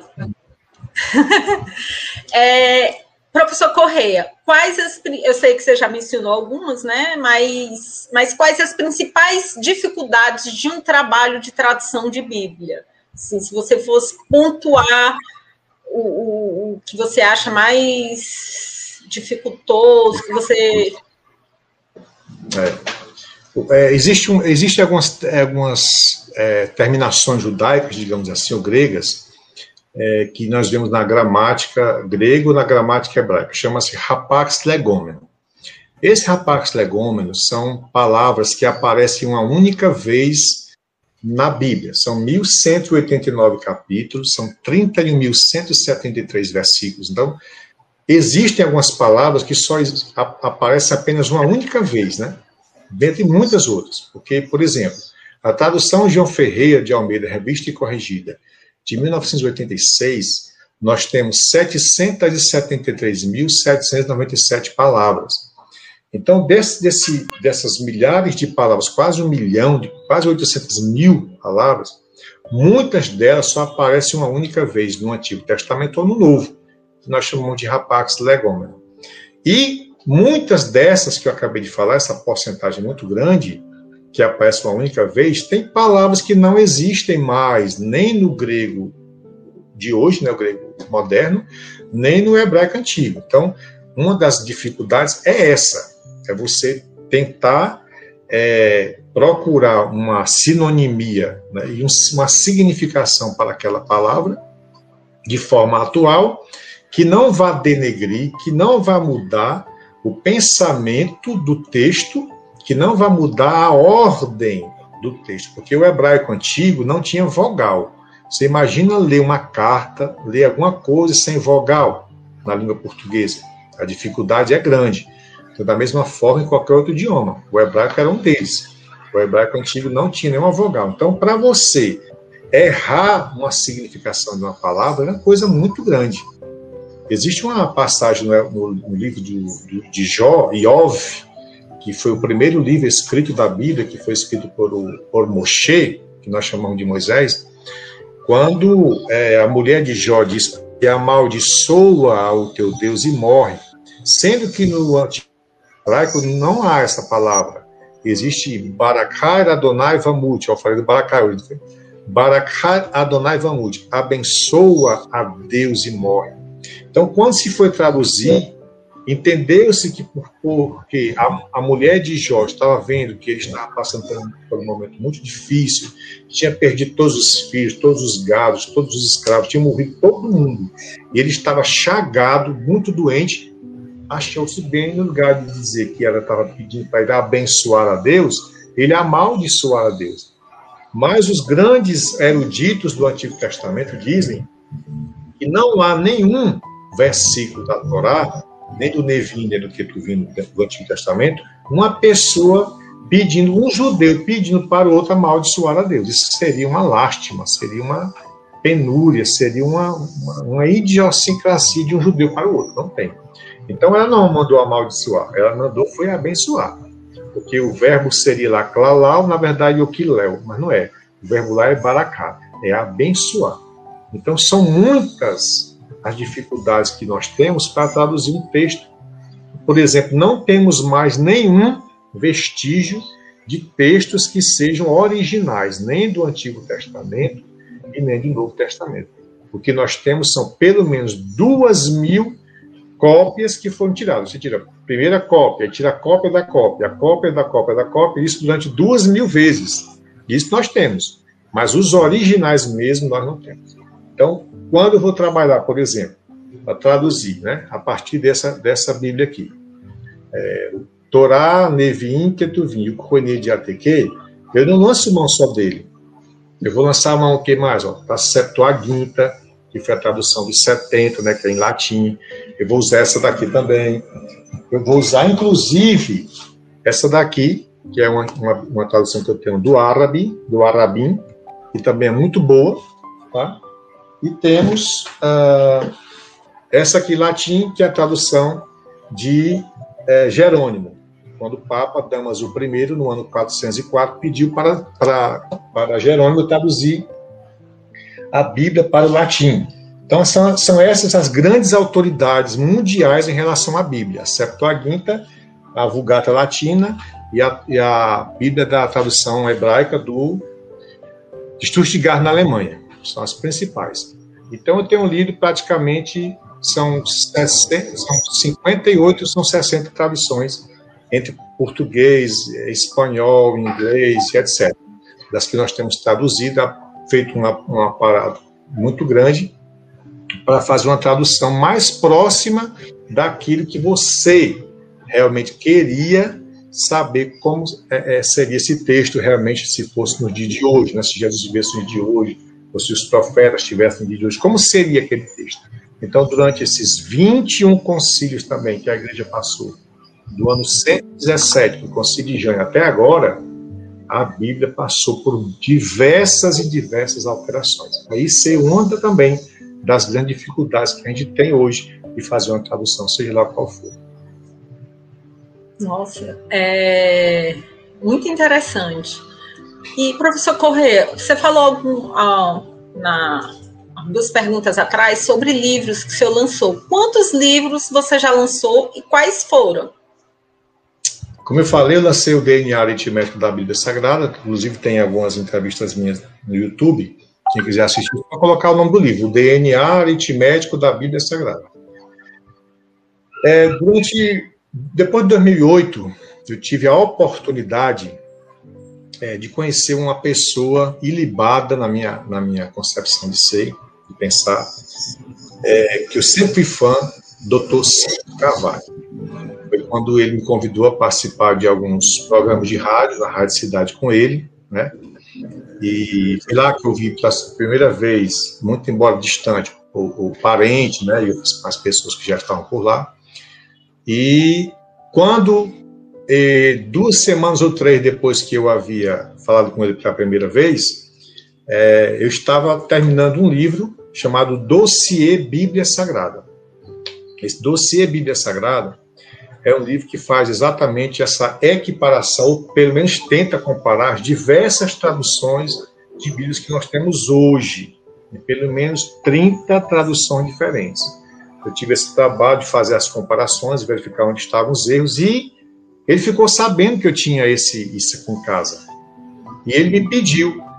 Speaker 2: Professor Correia, eu sei que você já mencionou algumas, né, mas quais as principais dificuldades de um trabalho de tradução de Bíblia? Assim, se você fosse pontuar o que você acha mais dificultoso, que você...
Speaker 3: Existem algumas terminações judaicas, digamos assim, ou gregas, que nós vemos na gramática grega ou na gramática hebraica, chama-se rapax legômeno. Esse rapax legômeno são palavras que aparecem uma única vez na Bíblia. São 1.189 capítulos, são 31.173 versículos. Então, existem algumas palavras que só aparecem apenas uma única vez, né? Dentre muitas outras. Porque, por exemplo, a tradução João Ferreira de Almeida, revista e corrigida, de 1986, nós temos 773.797 palavras. Então, dessas milhares de palavras, quase 1 milhão, quase 800 mil palavras, muitas delas só aparecem uma única vez no Antigo Testamento ou no Novo, que nós chamamos de rapax legômeno. E muitas dessas que eu acabei de falar, essa porcentagem muito grande, que aparece uma única vez, tem palavras que não existem mais, nem no grego de hoje, né, o grego moderno, nem no hebraico antigo. Então, uma das dificuldades é essa, é você tentar procurar uma sinonimia, né, e uma significação para aquela palavra, de forma atual, que não vá denegrir, que não vá mudar o pensamento do texto, que não vai mudar a ordem do texto, porque o hebraico antigo não tinha vogal. Você imagina ler uma carta, ler alguma coisa sem vogal na língua portuguesa. A dificuldade é grande. Então, da mesma forma, em qualquer outro idioma. O hebraico era um deles. O hebraico antigo não tinha nenhuma vogal. Então, para você errar uma significação de uma palavra, é uma coisa muito grande. Existe uma passagem no livro de Iov, que foi o primeiro livro escrito da Bíblia, que foi escrito por Moshe, que nós chamamos de Moisés, quando a mulher de Jó diz que amaldiçoa o teu Deus e morre, sendo que no Antigo Hebraico não há essa palavra. Existe Barakai Adonai Vamut, eu falei do Barakai, Barakah Adonai Vamut, abençoa a Deus e morre. Então, quando se foi traduzir, entendeu-se que porque a mulher de Jó estava vendo que ele estava passando por um momento muito difícil, tinha perdido todos os filhos, todos os gados, todos os escravos, tinha morrido todo mundo, e ele estava chagado, muito doente, achou-se bem, no lugar de dizer que ela estava pedindo para ele abençoar a Deus, ele amaldiçoar a Deus. Mas os grandes eruditos do Antigo Testamento dizem que não há nenhum versículo da Torá, nem do Nevim, nem do Ketuvim do Antigo Testamento, uma pessoa pedindo, um judeu pedindo para o outro amaldiçoar a Deus. Isso seria uma lástima, seria uma penúria, seria uma idiosincrasia de um judeu para o outro. Não tem. Então ela não mandou amaldiçoar, ela mandou foi abençoar. Porque o verbo seria lá, klalau, na verdade, o quiléu, mas não é. O verbo lá é baraká, é abençoar. Então são muitas as dificuldades que nós temos para traduzir um texto. Por exemplo, não temos mais nenhum vestígio de textos que sejam originais, nem do Antigo Testamento e nem do Novo Testamento. O que nós temos são pelo menos 2.000 cópias que foram tiradas. Você tira a primeira cópia, tira a cópia da cópia, a cópia da cópia da cópia, isso durante 2.000 vezes. Isso nós temos, mas os originais mesmo nós não temos. Então, quando eu vou trabalhar, por exemplo, para traduzir, né, a partir dessa Bíblia aqui, Torá, Nevim, Ketuvim, o Koine de Atequei, eu não lanço mão só dele. Eu vou lançar a mão o que mais? Para Septuaginta, que foi a tradução de 70, né, que é em latim. Eu vou usar essa daqui também. Eu vou usar, inclusive, essa daqui, que é uma tradução que eu tenho do Arabim, que também é muito boa, tá? E temos essa aqui, latim, que é a tradução de Jerônimo, quando o Papa Damaso I, no ano 404, pediu para Jerônimo traduzir a Bíblia para o latim. Então, são essas as grandes autoridades mundiais em relação à Bíblia. A Septuaginta, a Vulgata Latina e a Bíblia da tradução hebraica de Stuttgart, na Alemanha. São as principais. Então, eu tenho lido praticamente, são 58, são 60 traduções entre português, espanhol, inglês, etc. Das que nós temos traduzido, feito um aparato muito grande para fazer uma tradução mais próxima daquilo que você realmente queria saber como seria esse texto realmente se fosse no dia de hoje, né? Se Jesus vivesse no dia de hoje, ou se os profetas estivessem no dia de hoje, como seria aquele texto? Então, durante esses 21 concílios também que a igreja passou, do ano 117, do concílio de Jânio até agora, a Bíblia passou por diversas e diversas alterações. Aí você uma também das grandes dificuldades que a gente tem hoje de fazer uma tradução, seja lá qual for.
Speaker 2: Nossa, muito interessante. E, professor Corrêa, você falou duas perguntas atrás sobre livros que o senhor lançou. Quantos livros você já lançou e quais foram?
Speaker 3: Como eu falei, eu lancei o DNA Aritmético da Bíblia Sagrada, inclusive tem algumas entrevistas minhas no YouTube, quem quiser assistir, pode colocar o nome do livro, o DNA Aritmético da Bíblia Sagrada. Depois de 2008, eu tive a oportunidade de conhecer uma pessoa ilibada na minha concepção de ser, de pensar, que eu sempre fui fã, Dr. Cíncio Carvalho. Foi quando ele me convidou a participar de alguns programas de rádio, na Rádio Cidade com ele, né? E foi lá que eu vi pela primeira vez, muito embora distante, o parente, né? E as pessoas que já estavam por lá. E quando 2 semanas ou 3 depois que eu havia falado com ele pela primeira vez, eu estava terminando um livro chamado Dossiê Bíblia Sagrada. Esse Dossiê Bíblia Sagrada é um livro que faz exatamente essa equiparação, ou pelo menos tenta comparar as diversas traduções de Bíblias que nós temos hoje, pelo menos 30 traduções diferentes. Eu tive esse trabalho de fazer as comparações, verificar onde estavam os erros, e ele ficou sabendo que eu tinha isso aqui em casa. E ele me pediu,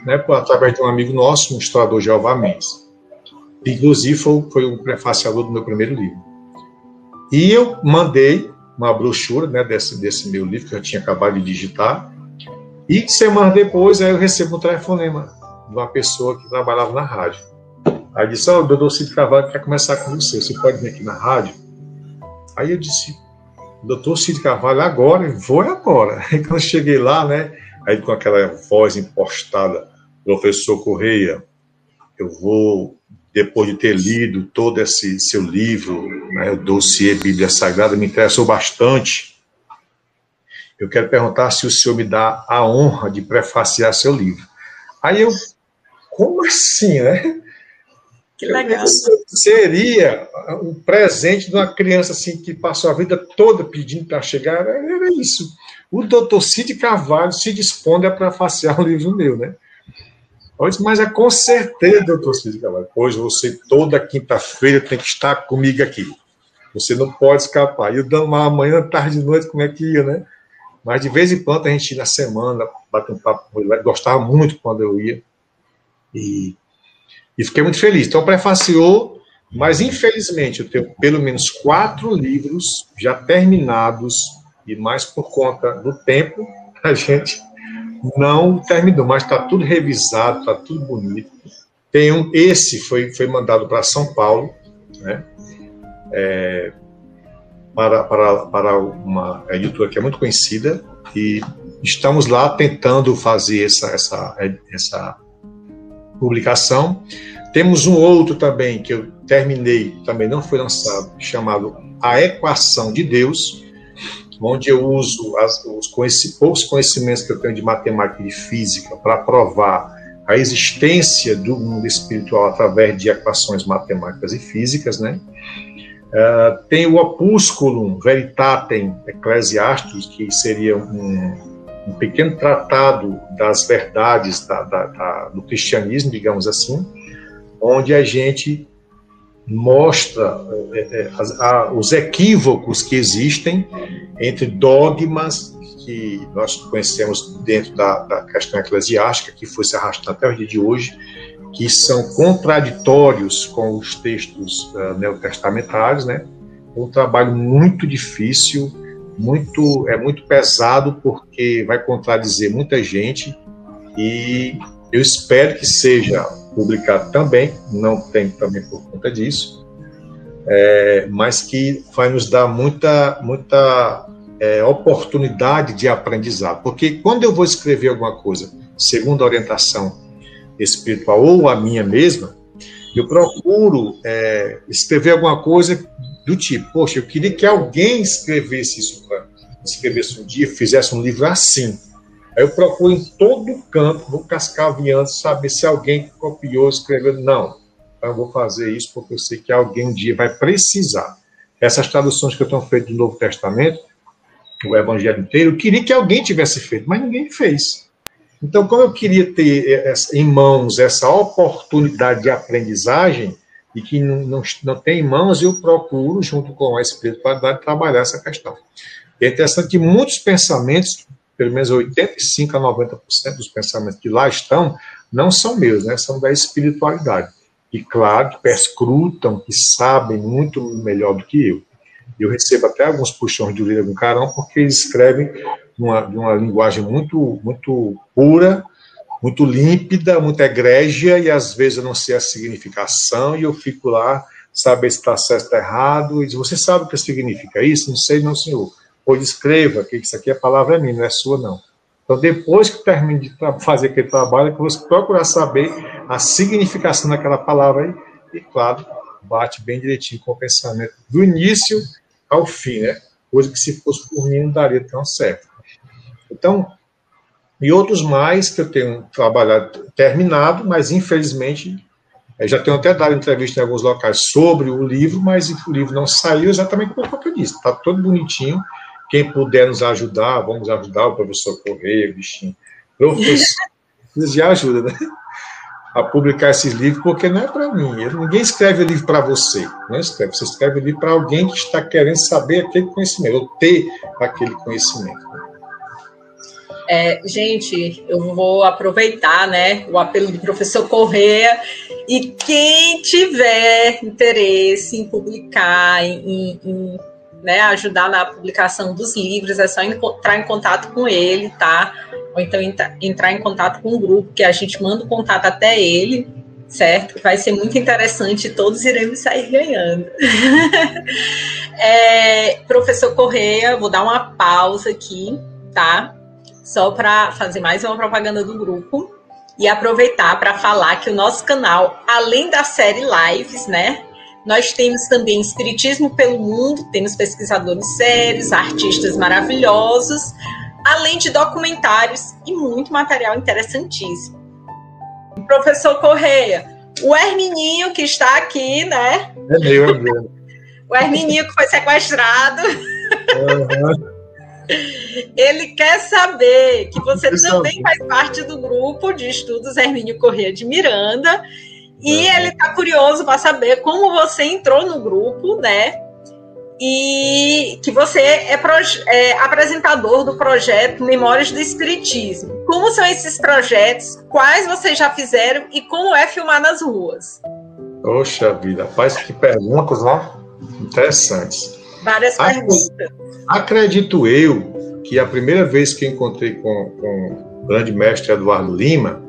Speaker 3: né, através de um amigo nosso, um historiador, Jeová Mendes. Inclusive, foi o prefaciador do meu primeiro livro. E eu mandei uma brochura, né, desse meu livro, que eu tinha acabado de digitar, e semanas depois aí eu recebo um telefonema de uma pessoa que trabalhava na rádio. Aí disse, o doutor Cid Carvalho quer conversar com você pode vir aqui na rádio? Aí eu disse, doutor Cid Carvalho, agora, vou agora. Aí quando eu cheguei lá, né, aí com aquela voz impostada, professor Correia, eu vou, depois de ter lido todo esse seu livro, né, o dossiê Bíblia Sagrada, me interessou bastante. Eu quero perguntar se o senhor me dá a honra de prefaciar seu livro. Aí eu, como assim, né?
Speaker 2: Que legal.
Speaker 3: Seria um presente de uma criança assim, que passou a vida toda pedindo para chegar, era isso. O doutor Cid Carvalho se dispõe a prefaciar um livro meu, né? Eu disse, mas é com certeza, doutor Cid Carvalho, pois você toda quinta-feira tem que estar comigo aqui. Você não pode escapar. E eu dando uma manhã, tarde, de noite, como é que ia, né? Mas de vez em quando a gente ia na semana, bater um papo com ele, gostava muito quando eu ia. E fiquei muito feliz. Então, prefaciou, mas infelizmente eu tenho pelo menos 4 livros já terminados, e mais por conta do tempo, a gente não terminou, mas está tudo revisado, está tudo bonito. Tem esse foi mandado para São Paulo, né? Para uma editora que é muito conhecida, e estamos lá tentando fazer essa publicação. Temos um outro também, que eu terminei, também não foi lançado, chamado A Equação de Deus, onde eu uso os poucos conhecimentos que eu tenho de matemática e de física para provar a existência do mundo espiritual através de equações matemáticas e físicas, né? Tem o Opusculum Veritatem Ecclesiastes, que seria um pequeno tratado das verdades do cristianismo, digamos assim, onde a gente mostra os equívocos que existem entre dogmas que nós conhecemos dentro da questão eclesiástica, que foi se arrastando até o dia de hoje, que são contraditórios com os textos neotestamentários, né? Um trabalho muito difícil, muito pesado, porque vai contradizer muita gente, e eu espero que seja publicado também, não tem também por conta disso, mas que vai nos dar muita oportunidade de aprendizado, porque quando eu vou escrever alguma coisa segundo a orientação espiritual ou a minha mesma, eu procuro escrever alguma coisa do tipo, poxa, eu queria que alguém escrevesse isso para mim, escrevesse um dia, fizesse um livro assim. Aí eu procuro em todo canto, vou cascaveando, saber se alguém copiou, escreveu. Não, eu vou fazer isso porque eu sei que alguém um dia vai precisar. Essas traduções que eu tenho feito do Novo Testamento, o Evangelho inteiro, eu queria que alguém tivesse feito, mas ninguém fez. Então, como eu queria ter em mãos essa oportunidade de aprendizagem, e que não tem em mãos, eu procuro, junto com a espiritualidade, trabalhar essa questão. E é interessante que muitos pensamentos, pelo menos 85% a 90% dos pensamentos que lá estão, não são meus, né? São da espiritualidade. E, claro, que perscrutam, que sabem muito melhor do que eu. Eu recebo até alguns puxões de orelha com carão, porque eles escrevem de uma linguagem muito, muito pura, muito límpida, muito egrégia, e às vezes eu não sei a significação, e eu fico lá, saber se está certo ou errado, e diz, você sabe o que significa isso? Não sei, não, senhor. Pois escreva, que isso aqui a palavra é minha, não é sua, não. Então, depois que termine de fazer aquele trabalho, é que você procurar saber a significação daquela palavra aí, e, claro, bate bem direitinho com o pensamento do início ao fim, né? Coisa que, se fosse por mim, não daria tão certo. Então, e outros mais que eu tenho trabalhado, terminado, mas, infelizmente, já tenho até dado entrevista em alguns locais sobre o livro, mas o livro não saiu exatamente por que eu disse. Está todo bonitinho. Quem puder nos ajudar, vamos ajudar o professor Correia, bichinho. Professor, de ajuda, né? A publicar esses livros, porque não é para mim. Ninguém escreve livro para você. Não escreve. Você escreve livro para alguém que está querendo saber aquele conhecimento, ou ter aquele conhecimento.
Speaker 2: Gente, eu vou aproveitar, né, o apelo do professor Correia, e quem tiver interesse em publicar, né, ajudar na publicação dos livros, é só entrar em contato com ele, tá? Ou então entrar em contato com o grupo, que a gente manda o contato até ele, certo? Vai ser muito interessante, todos iremos sair ganhando. Professor Correia, vou dar uma pausa aqui, tá? Só para fazer mais uma propaganda do grupo e aproveitar para falar que o nosso canal, além da série Lives, né? Nós temos também Espiritismo pelo Mundo, temos pesquisadores sérios, artistas maravilhosos, além de documentários e muito material interessantíssimo. Professor Correia, o Hermininho que está aqui, né?
Speaker 3: É meu.
Speaker 2: O Hermininho que foi sequestrado. Ele quer saber que você também faz parte do grupo de estudos Hermínio Correia de Miranda. E ele está curioso para saber como você entrou no grupo, né? E que você é apresentador do projeto Memórias do Espiritismo. Como são esses projetos? Quais vocês já fizeram e como é filmar nas ruas?
Speaker 3: Poxa vida, rapaz, que perguntas, ó, interessantes.
Speaker 2: Várias perguntas.
Speaker 3: Acredito eu que a primeira vez que eu encontrei com o grande mestre Eduardo Lima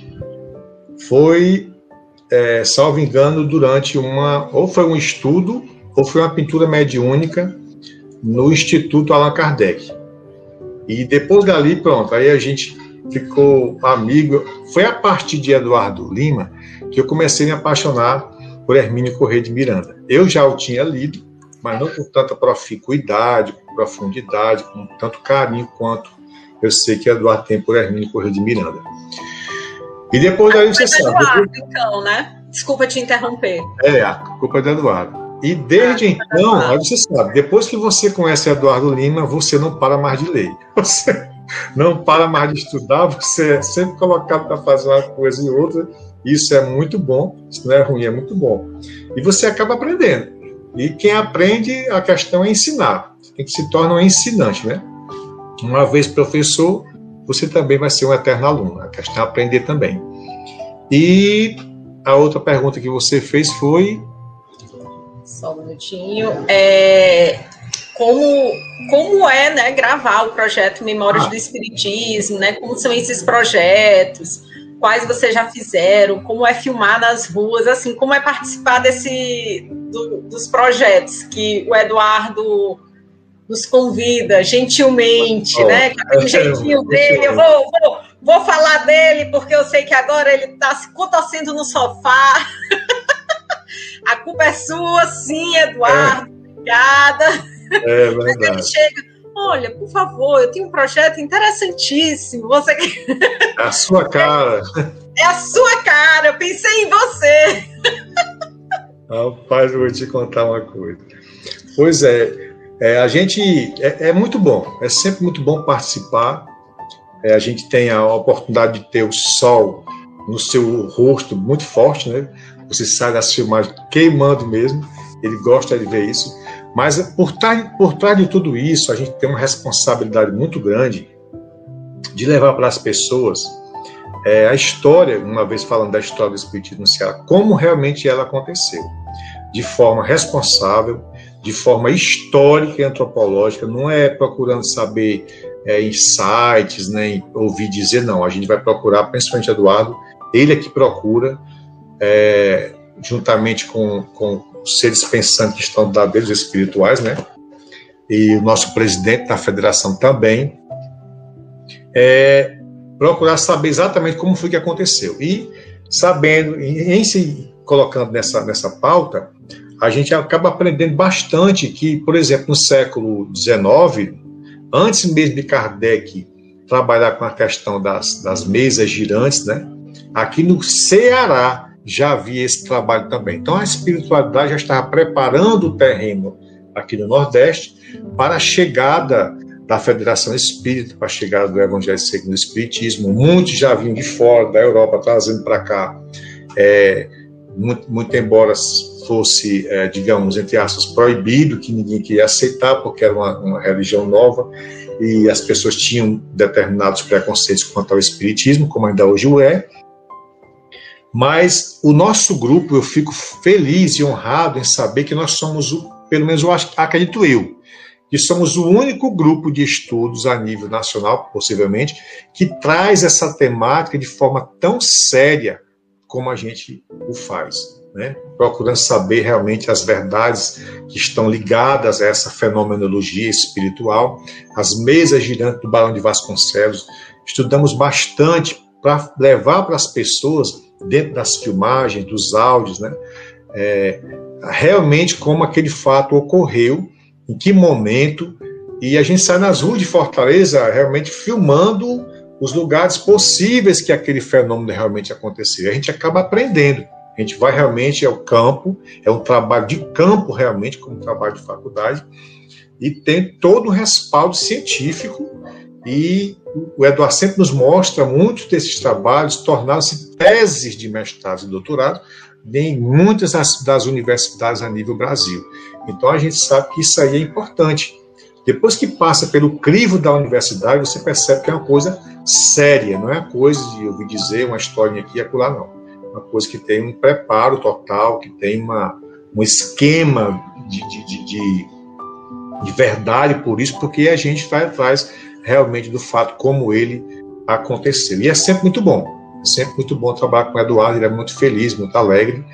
Speaker 3: foi, salvo engano, durante ou foi um estudo ou foi uma pintura mediúnica no Instituto Allan Kardec. E depois dali, pronto, aí a gente ficou amigo. Foi a partir de Eduardo Lima que eu comecei a me apaixonar por Hermínio Correia de Miranda. Eu já o tinha lido, mas não com tanta proficuidade, com profundidade, com tanto carinho quanto eu sei que Eduardo tem por Hermínio Correia de Miranda. E depois daí você sabe.
Speaker 2: Eduardo, então, né? Desculpa te interromper.
Speaker 3: A culpa é do Eduardo. E desde então, aí você sabe, depois que você conhece Eduardo Lima, você não para mais de ler. Você não para mais de estudar, você é sempre colocado para fazer uma coisa e outra. Isso é muito bom, isso não é ruim, é muito bom. E você acaba aprendendo. E quem aprende, a questão é ensinar. Você tem que se tornar um ensinante, né? Uma vez professor, você também vai ser um eterno aluno. A questão é aprender também. E a outra pergunta que você fez foi...
Speaker 2: Só um minutinho. Como é, né, gravar o projeto Memórias do Espiritismo, né? Como são esses projetos? Quais vocês já fizeram? Como é filmar nas ruas? Assim, como é participar dos projetos que o Eduardo nos convida gentilmente, né? Com o jeitinho dele. Eu vou falar dele, porque eu sei que agora ele está se contorcendo no sofá. A culpa é sua, sim, Eduardo. Obrigada.
Speaker 3: É verdade.
Speaker 2: Mas ele chega, olha, por favor, eu tenho um projeto interessantíssimo. Você...
Speaker 3: É a sua cara.
Speaker 2: É a sua cara, eu pensei em você.
Speaker 3: Rapaz, eu vou te contar uma coisa. Pois a gente... É muito bom, é sempre muito bom participar. A gente tem a oportunidade de ter o sol no seu rosto muito forte, né? Você sai das filmagens queimando mesmo, ele gosta de ver isso. Mas por trás de tudo isso, a gente tem uma responsabilidade muito grande de levar para as pessoas a história, uma vez falando da história do Espiritismo no Ceará, como realmente ela aconteceu, de forma responsável, de forma histórica e antropológica, não é procurando saber em sites, nem ouvir dizer, não. A gente vai procurar, principalmente Eduardo, ele é que procura, juntamente com os seres pensantes que estão do lado deles, espirituais, né? E o nosso presidente da federação também, procurar saber exatamente como foi que aconteceu. E sabendo, em se colocando nessa pauta, a gente acaba aprendendo bastante que, por exemplo, no século XIX, antes mesmo de Kardec trabalhar com a questão das mesas girantes, né? Aqui no Ceará já havia esse trabalho também. Então a espiritualidade já estava preparando o terreno aqui no Nordeste para a chegada da Federação Espírita, para a chegada do Evangelho segundo o Espiritismo. Muitos já vinham de fora, da Europa, trazendo para cá muito embora fosse, digamos, entre aspas, proibido, que ninguém queria aceitar, porque era uma religião nova, e as pessoas tinham determinados preconceitos quanto ao espiritismo, como ainda hoje o é. Mas o nosso grupo, eu fico feliz e honrado em saber que nós somos, pelo menos eu acredito eu, que somos o único grupo de estudos a nível nacional, possivelmente, que traz essa temática de forma tão séria como a gente o faz, né? Procurando saber realmente as verdades que estão ligadas a essa fenomenologia espiritual, as mesas girantes do Barão de Vasconcelos. Estudamos bastante para levar para as pessoas, dentro das filmagens, dos áudios, né? Realmente como aquele fato ocorreu, em que momento, e a gente sai nas ruas de Fortaleza realmente filmando os lugares possíveis que aquele fenômeno realmente aconteceu. A gente acaba aprendendo, a gente vai realmente ao campo, é um trabalho de campo realmente, como um trabalho de faculdade, e tem todo um respaldo científico, e o Eduardo sempre nos mostra muitos desses trabalhos tornaram-se teses de mestrado e doutorado em muitas das universidades a nível Brasil. Então a gente sabe que isso aí é importante. Depois que passa pelo crivo da universidade, você percebe que é uma coisa séria, não é uma coisa de ouvir dizer uma historinha aqui e acolá, não. É uma coisa que tem um preparo total, que tem um esquema de verdade por isso, porque a gente vai atrás realmente do fato como ele aconteceu. E é sempre muito bom. É sempre muito bom trabalhar com o Eduardo, ele é muito feliz, muito alegre.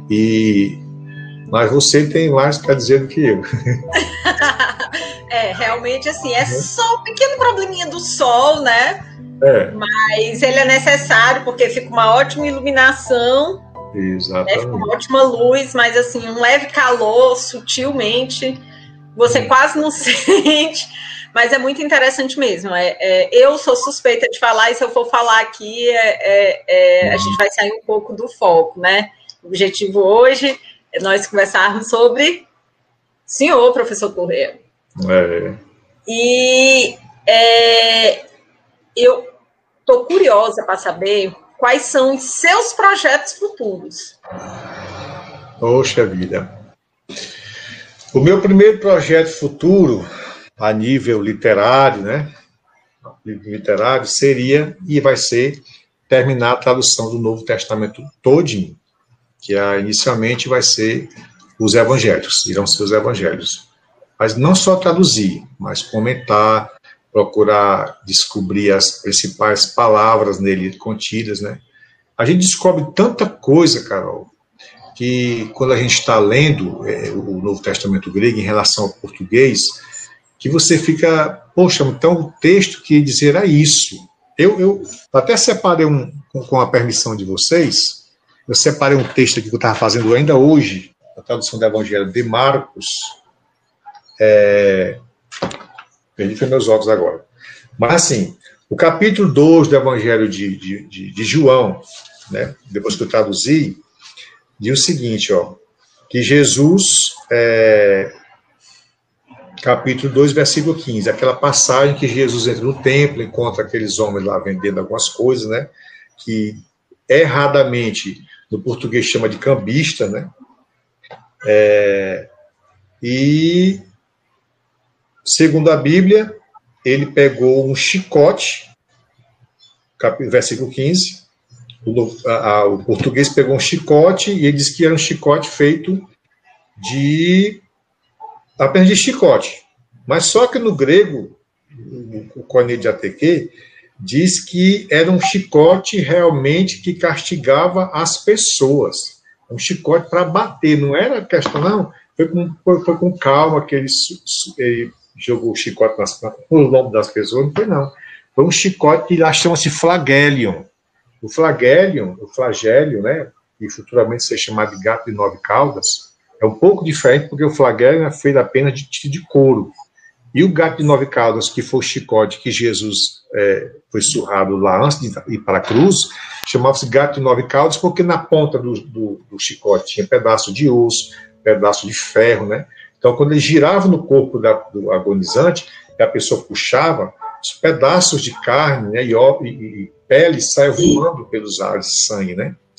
Speaker 3: Mas você tem mais para dizer do que eu.
Speaker 2: Realmente, assim, é só um pequeno probleminha do sol, né? Mas ele é necessário, porque fica uma ótima iluminação.
Speaker 3: Exatamente.
Speaker 2: Fica uma ótima luz, mas, assim, um leve calor, sutilmente, você quase não sente, mas é muito interessante mesmo. Eu sou suspeita de falar, e se eu for falar aqui, a gente vai sair um pouco do foco, né? O objetivo hoje é nós conversarmos sobre senhor professor Corrêa. E eu estou curiosa para saber quais são os seus projetos futuros.
Speaker 3: Poxa vida. O meu primeiro projeto futuro, a nível literário, né? Literário, seria e vai ser terminar a tradução do Novo Testamento todinho, que inicialmente vai ser os evangelhos, irão ser os evangelhos. Mas não só traduzir, mas comentar, procurar descobrir as principais palavras nele contidas, né? A gente descobre tanta coisa, Carol, que quando a gente está lendo o Novo Testamento grego em relação ao português, que você fica, poxa, então o texto que dizer era isso. Eu até separei, com a permissão de vocês, eu separei um texto aqui que eu estava fazendo ainda hoje, a tradução do Evangelho de Marcos. Perdi meus óculos agora. Mas, assim, o capítulo 2 do Evangelho de João, né, depois que eu traduzi, diz o seguinte, que Jesus, capítulo 2, versículo 15, aquela passagem que Jesus entra no templo, encontra aqueles homens lá vendendo algumas coisas, né, que erradamente, no português chama de cambista, né, e, segundo a Bíblia, ele pegou um chicote, versículo 15, o português pegou um chicote e ele disse que era um chicote feito apenas de chicote. Mas só que no grego, o Cornélio de Ateque diz que era um chicote realmente que castigava as pessoas. Um chicote para bater, não era questão, não. Foi com calma que ele jogou o chicote no lombo das pessoas, não foi, não. Foi um chicote que lá chama-se flagelion. O flagélio, né, que futuramente ser chamado de gato de 9 caudas, é um pouco diferente, porque o flagélio é feito apenas de couro. E o gato de 9 caudas, que foi o chicote que Jesus foi surrado lá antes de ir para a cruz, chamava-se gato de 9 caudas, porque na ponta do chicote tinha pedaço de osso, pedaço de ferro, né? Então, quando ele girava no corpo do agonizante, e a pessoa puxava, os pedaços de carne, né, e pele saiam voando pelos ares de sangue, né?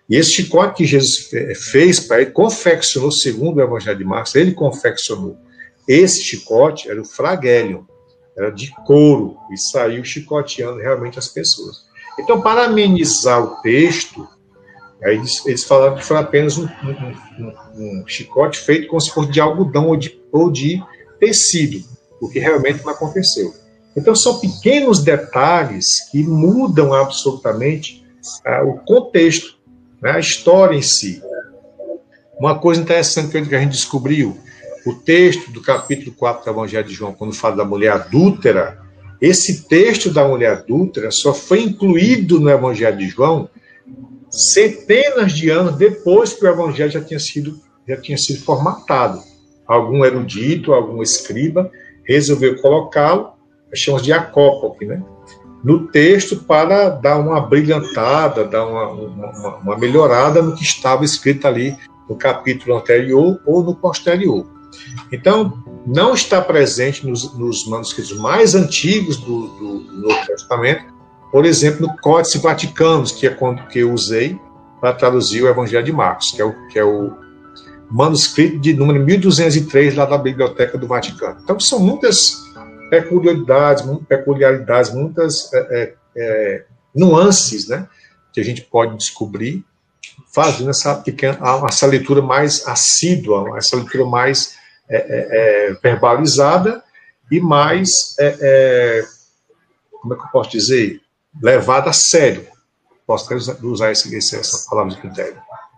Speaker 3: E esse chicote que Jesus fez para ele, confeccionou, segundo o Evangelho de Marcos, ele confeccionou. Esse chicote era o flagelium, era de couro, e saiu chicoteando realmente as pessoas. Então, para amenizar o texto, aí eles falaram que foi apenas um chicote feito como se fosse de algodão ou de tecido, o que realmente não aconteceu. Então, são pequenos detalhes que mudam absolutamente o contexto, né, a história em si. Uma coisa interessante que a gente descobriu, o texto do capítulo 4 do Evangelho de João, quando fala da mulher adúltera, esse texto da mulher adúltera só foi incluído no Evangelho de João centenas de anos depois que o Evangelho já tinha sido formatado. Algum erudito, algum escriba resolveu colocá-lo, chamamos de acópope, né, no texto para dar uma brilhantada, dar uma melhorada no que estava escrito ali no capítulo anterior ou no posterior. Então, não está presente nos manuscritos mais antigos do Novo Testamento, por exemplo, no Códice Vaticanus, que é quando que eu usei para traduzir o Evangelho de Marcos, que é o manuscrito de número 1203 lá da Biblioteca do Vaticano. Então, são muitas peculiaridades, muitas nuances, né, que a gente pode descobrir fazendo essa leitura mais assídua, essa leitura mais verbalizada e mais, como é que eu posso dizer, levada a sério. Posso usar essa palavra de critério.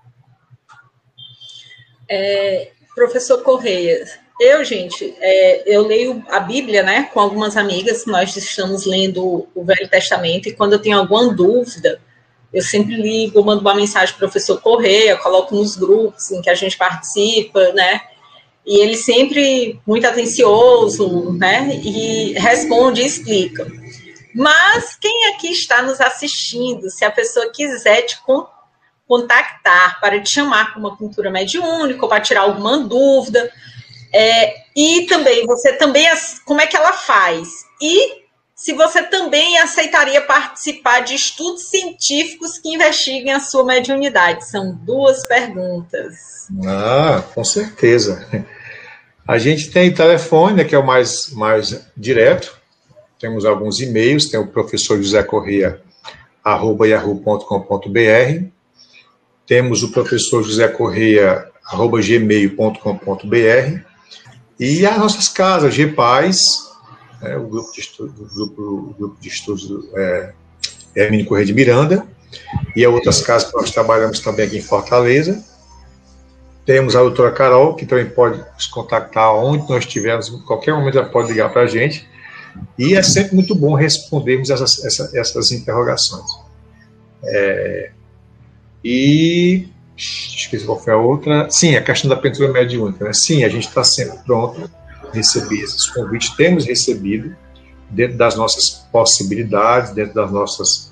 Speaker 2: Professor Correia, eu leio a Bíblia, né, com algumas amigas, nós estamos lendo o Velho Testamento, e quando eu tenho alguma dúvida, eu sempre ligo, mando uma mensagem para o professor Correia, coloco nos grupos em que a gente participa, né, e ele sempre muito atencioso, né, e responde e explica. Mas quem aqui está nos assistindo, se a pessoa quiser te contactar para te chamar para uma cultura mediúnica, ou para tirar alguma dúvida, e também, como é que ela faz? E se você também aceitaria participar de estudos científicos que investiguem a sua mediunidade? São 2 perguntas.
Speaker 3: Com certeza. A gente tem o telefone, né, que é o mais direto. Temos alguns e-mails, tem o professor José Correia, @yahoo.com.br. Temos o professor José Correia, @gmail.com.br. E as nossas casas, GPAIS, o grupo de estudos Hermínio Correia de Miranda, e outras casas que nós trabalhamos também aqui em Fortaleza. Temos a doutora Carol, que também pode nos contactar onde nós estivermos, em qualquer momento ela pode ligar para a gente, e é sempre muito bom respondermos essas interrogações. E esqueci qual foi a outra. Sim, a questão da pintura mediúnica, né? Sim, a gente está sempre pronto a receber esses convites, temos recebido, dentro das nossas possibilidades, dentro das nossas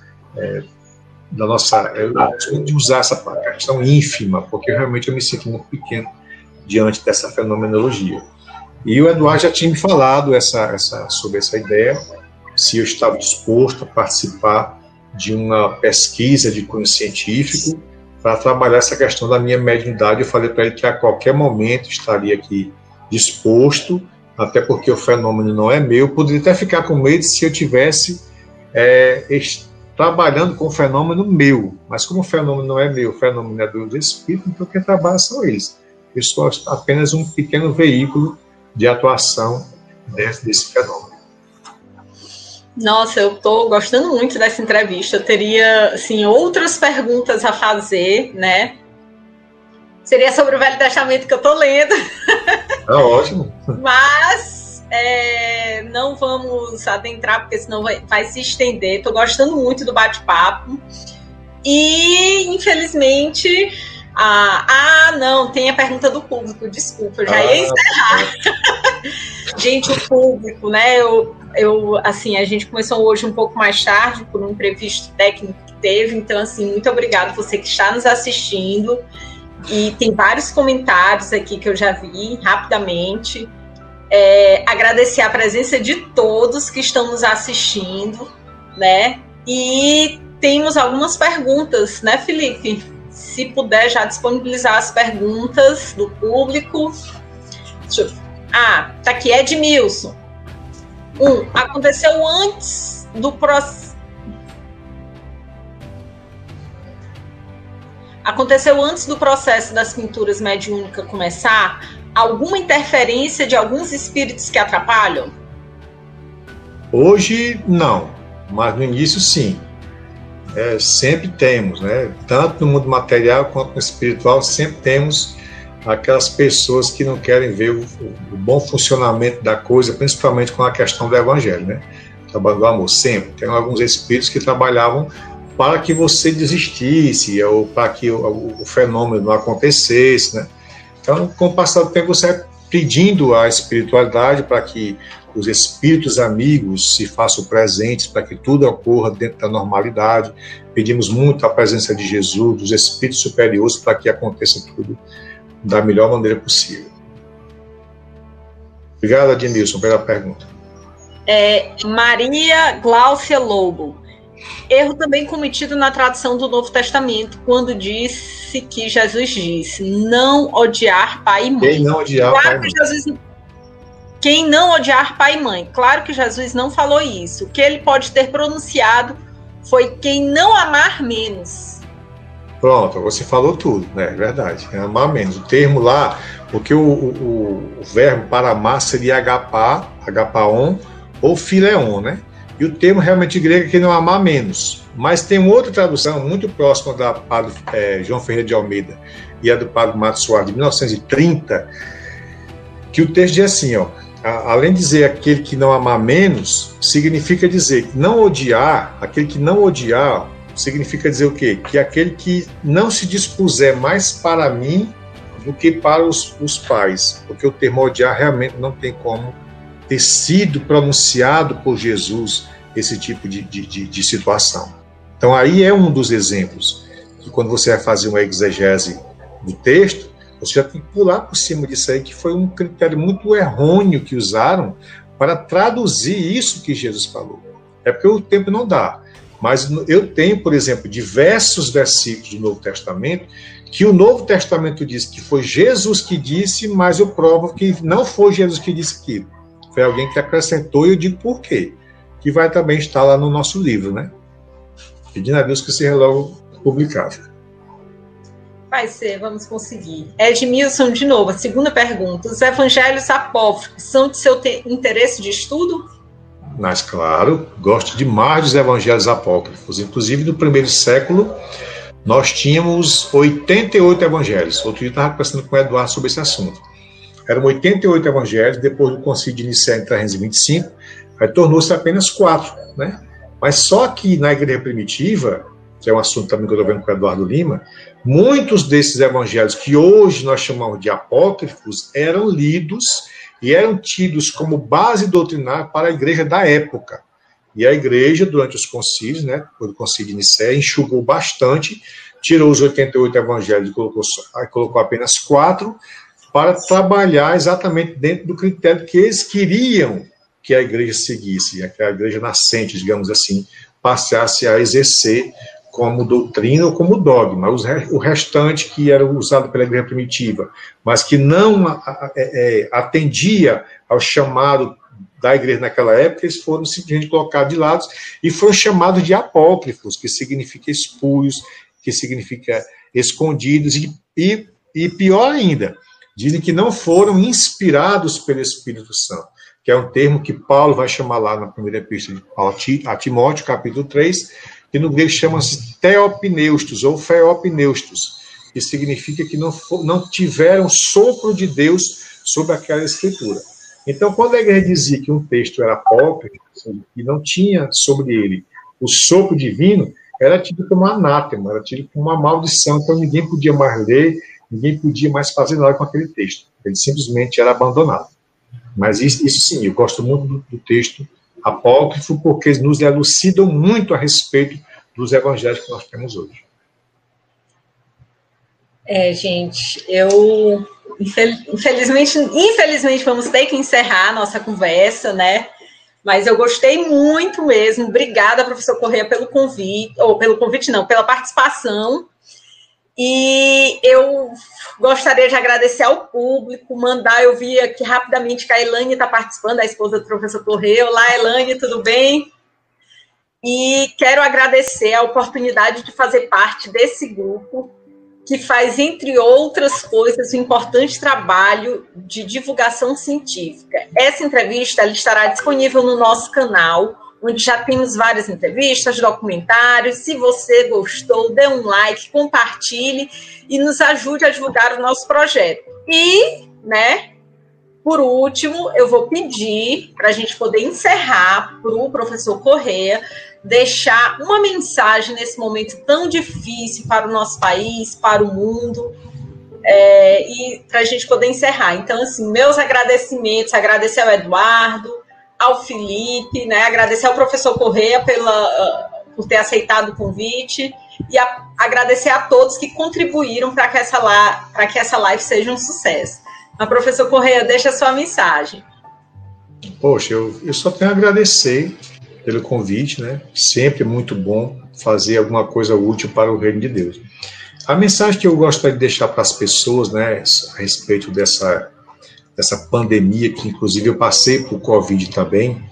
Speaker 3: eu gosto de usar essa questão ínfima, porque realmente eu me sinto muito pequeno diante dessa fenomenologia. E o Eduardo já tinha me falado sobre essa ideia, se eu estava disposto a participar de uma pesquisa de cunho científico para trabalhar essa questão da minha mediunidade. Eu falei para ele que a qualquer momento estaria aqui disposto, até porque o fenômeno não é meu. Eu poderia até ficar com medo se eu tivesse trabalhando com o fenômeno meu, mas como o fenômeno não é meu, o fenômeno é do Espírito, então quem trabalha são eles. Eu sou apenas um pequeno veículo de atuação dentro desse fenômeno.
Speaker 2: Nossa, eu estou gostando muito dessa entrevista. Eu teria, assim, outras perguntas a fazer, né? Seria sobre o Velho Testamento que eu estou lendo.
Speaker 3: Ótimo.
Speaker 2: Mas não vamos adentrar, porque senão vai se estender. Estou gostando muito do bate-papo. E, infelizmente... não, tem a pergunta do público, desculpa, eu já ia encerrar. Gente, o público, né, assim, a gente começou hoje um pouco mais tarde, por um imprevisto técnico que teve, então, assim, muito obrigada você que está nos assistindo, e tem vários comentários aqui que eu já vi, rapidamente, agradecer a presença de todos que estão nos assistindo, né, e temos algumas perguntas, né, Felipe? se puder já disponibilizar as perguntas do público. Tá aqui, Edmilson. Aconteceu antes do processo. Aconteceu antes do processo das pinturas mediúnicas começar alguma interferência de alguns espíritos que atrapalham?
Speaker 3: Hoje, não, mas no início, sim. Sempre temos, né? Tanto no mundo material quanto no espiritual, sempre temos aquelas pessoas que não querem ver o bom funcionamento da coisa, principalmente com a questão do evangelho, né? Trabalho do amor, sempre. Tem alguns espíritos que trabalhavam para que você desistisse, ou para que o fenômeno não acontecesse, né? Então, com o passar do tempo, você vai pedindo a espiritualidade para que os espíritos amigos se façam presentes, para que tudo ocorra dentro da normalidade. Pedimos muito a presença de Jesus, dos espíritos superiores, para que aconteça tudo da melhor maneira possível. Obrigado, Admilson, pela pergunta.
Speaker 2: Maria Gláucia Lobo. Erro também cometido na tradução do Novo Testamento, quando disse que Jesus disse não odiar pai e mãe.
Speaker 3: Quem não odiar pai e mãe.
Speaker 2: Quem não odiar pai e mãe. Claro que Jesus não falou isso. O que ele pode ter pronunciado foi quem não amar menos.
Speaker 3: Pronto, você falou tudo, né? É verdade. É amar menos. O termo lá, porque o verbo para amar seria agapaon ou fileon, né? E o termo realmente grego é que não amar menos. Mas tem uma outra tradução muito próxima da padre João Ferreira de Almeida e a do padre Matos Soares, de 1930, que o texto diz assim, além de dizer aquele que não amar menos, significa dizer que não odiar, aquele que não odiar, significa dizer o quê? Que aquele que não se dispuser mais para mim do que para os pais, porque o termo odiar realmente não tem como ter sido pronunciado por Jesus esse tipo de situação. Então aí é um dos exemplos, que quando você vai fazer uma exegese do texto, você já tem que pular por cima disso aí, que foi um critério muito errôneo que usaram para traduzir isso que Jesus falou. É porque o tempo não dá. Mas eu tenho, por exemplo, diversos versículos do Novo Testamento que o Novo Testamento diz que foi Jesus que disse, mas eu provo que não foi Jesus que disse aquilo. Foi alguém que acrescentou, e eu digo por quê. Que vai também estar lá no nosso livro, né? Pedindo a Deus que seja logo publicado.
Speaker 2: Vai ser, vamos conseguir. Edmilson, de novo, a segunda pergunta. Os evangelhos apócrifos são de seu interesse de estudo?
Speaker 3: Mas, claro, gosto demais dos evangelhos apócrifos. Inclusive, no primeiro século, nós tínhamos 88 evangelhos. Outro dia eu estava conversando com o Eduardo sobre esse assunto. Eram 88 evangelhos, depois do concílio de Nicéia em 325, aí tornou-se apenas 4, né? Mas só que na igreja primitiva, que é um assunto também que eu estou vendo com o Eduardo Lima, muitos desses evangelhos que hoje nós chamamos de apócrifos eram lidos e eram tidos como base doutrinária para a igreja da época. E a igreja, durante os concílios, né, depois do concílio de Nicéia, enxugou bastante, tirou os 88 evangelhos e colocou apenas 4, para trabalhar exatamente dentro do critério que eles queriam que a igreja seguisse, que a igreja nascente, digamos assim, passasse a exercer como doutrina ou como dogma. O restante que era usado pela igreja primitiva, mas que não atendia ao chamado da igreja naquela época, eles foram simplesmente colocados de lado e foram chamados de apócrifos, que significa espúrios, que significa escondidos, e pior ainda, dizem que não foram inspirados pelo Espírito Santo, que é um termo que Paulo vai chamar lá na primeira epístola de Paulo a Timóteo, capítulo 3, que no grego chama-se teopneustos ou feopneustos, que significa que não tiveram sopro de Deus sobre aquela escritura. Então, quando a igreja dizia que um texto era apócrifo, e não tinha sobre ele o sopro divino, era tido como anátema, era tido como uma maldição, então ninguém podia mais ler, ninguém podia mais fazer nada com aquele texto. Ele simplesmente era abandonado. Mas isso sim, eu gosto muito do texto apócrifo, porque eles nos elucidam muito a respeito dos evangelhos que nós temos hoje.
Speaker 2: Gente, eu infelizmente vamos ter que encerrar a nossa conversa, né? Mas eu gostei muito mesmo. Obrigada, professor Corrêa, pelo convite, pela participação. E eu gostaria de agradecer ao público, eu vi aqui rapidamente que a Elaine está participando, a esposa do professor Corrêa. Olá, Elaine, tudo bem? E quero agradecer a oportunidade de fazer parte desse grupo, que faz, entre outras coisas, um importante trabalho de divulgação científica. Essa entrevista ela estará disponível no nosso canal, onde já temos várias entrevistas, documentários. Se você gostou, dê um like, compartilhe e nos ajude a divulgar o nosso projeto. E, por último, eu vou pedir para a gente poder encerrar para o professor Corrêa deixar uma mensagem nesse momento tão difícil para o nosso país, para o mundo, e para a gente poder encerrar. Então, assim, meus agradecimentos, agradecer ao Eduardo, ao Felipe, agradecer ao professor Corrêa por ter aceitado o convite e agradecer a todos que contribuíram para que essa live seja um sucesso. Mas, professor Corrêa, deixa a sua mensagem.
Speaker 3: Poxa, eu só tenho a agradecer pelo convite, Sempre é muito bom fazer alguma coisa útil para o reino de Deus. A mensagem que eu gostaria de deixar para as pessoas, a respeito dessa pandemia, que inclusive eu passei por Covid também,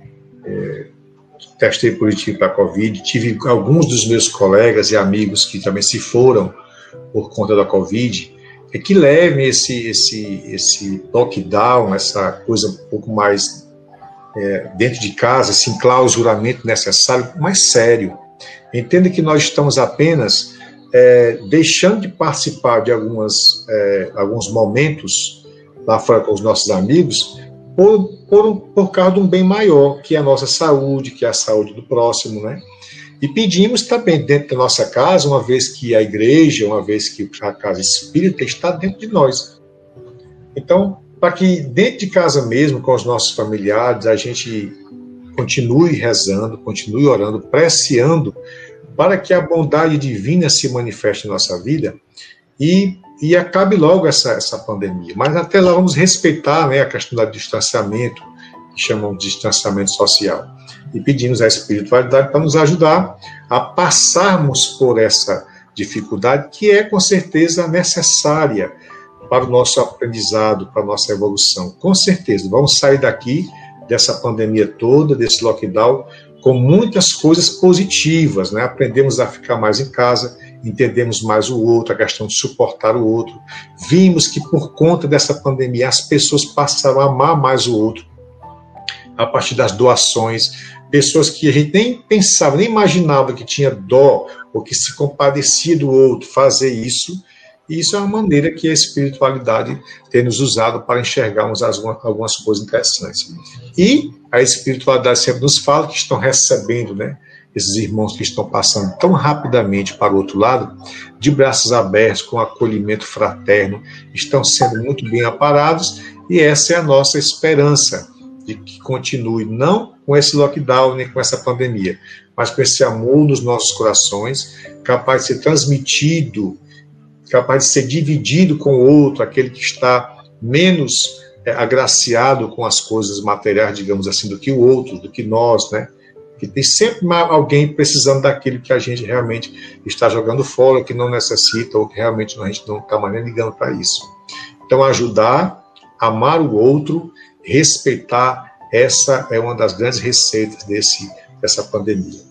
Speaker 3: testei positivo para Covid, tive alguns dos meus colegas e amigos que também se foram por conta da Covid, é que levem esse lockdown, essa coisa um pouco mais dentro de casa, esse enclausuramento necessário, mais sério. Entenda que nós estamos apenas deixando de participar de alguns momentos lá fora com os nossos amigos por causa de um bem maior, que é a nossa saúde, que é a saúde do próximo, E pedimos também dentro da nossa casa, uma vez que a igreja, uma vez que a casa espírita está dentro de nós. Então, para que dentro de casa mesmo, com os nossos familiares, a gente continue rezando, continue orando, preciando, para que a bondade divina se manifeste em nossa vida e acabe logo essa pandemia. Mas até lá vamos respeitar a questão do distanciamento, que chamam de distanciamento social. E pedimos à espiritualidade para nos ajudar a passarmos por essa dificuldade, que é com certeza necessária para o nosso aprendizado, para a nossa evolução. Com certeza, vamos sair daqui, dessa pandemia toda, desse lockdown, com muitas coisas positivas, Aprendemos a ficar mais em casa, entendemos mais o outro, a questão de suportar o outro. Vimos que por conta dessa pandemia as pessoas passaram a amar mais o outro, a partir das doações, pessoas que a gente nem pensava, nem imaginava que tinha dó, ou que se compadecia do outro, fazer isso. E isso é uma maneira que a espiritualidade tem nos usado para enxergarmos algumas coisas interessantes. E a espiritualidade sempre nos fala que estão recebendo, esses irmãos que estão passando tão rapidamente para o outro lado, de braços abertos, com acolhimento fraterno, estão sendo muito bem amparados, e essa é a nossa esperança, de que continue, não com esse lockdown, nem com essa pandemia, mas com esse amor nos nossos corações, capaz de ser transmitido, capaz de ser dividido com o outro, aquele que está menos agraciado com as coisas materiais, digamos assim, do que o outro, do que nós, Que tem sempre alguém precisando daquilo que a gente realmente está jogando fora, que não necessita, ou que realmente a gente não está mais nem ligando para isso. Então, ajudar, amar o outro, respeitar, essa é uma das grandes receitas dessa pandemia.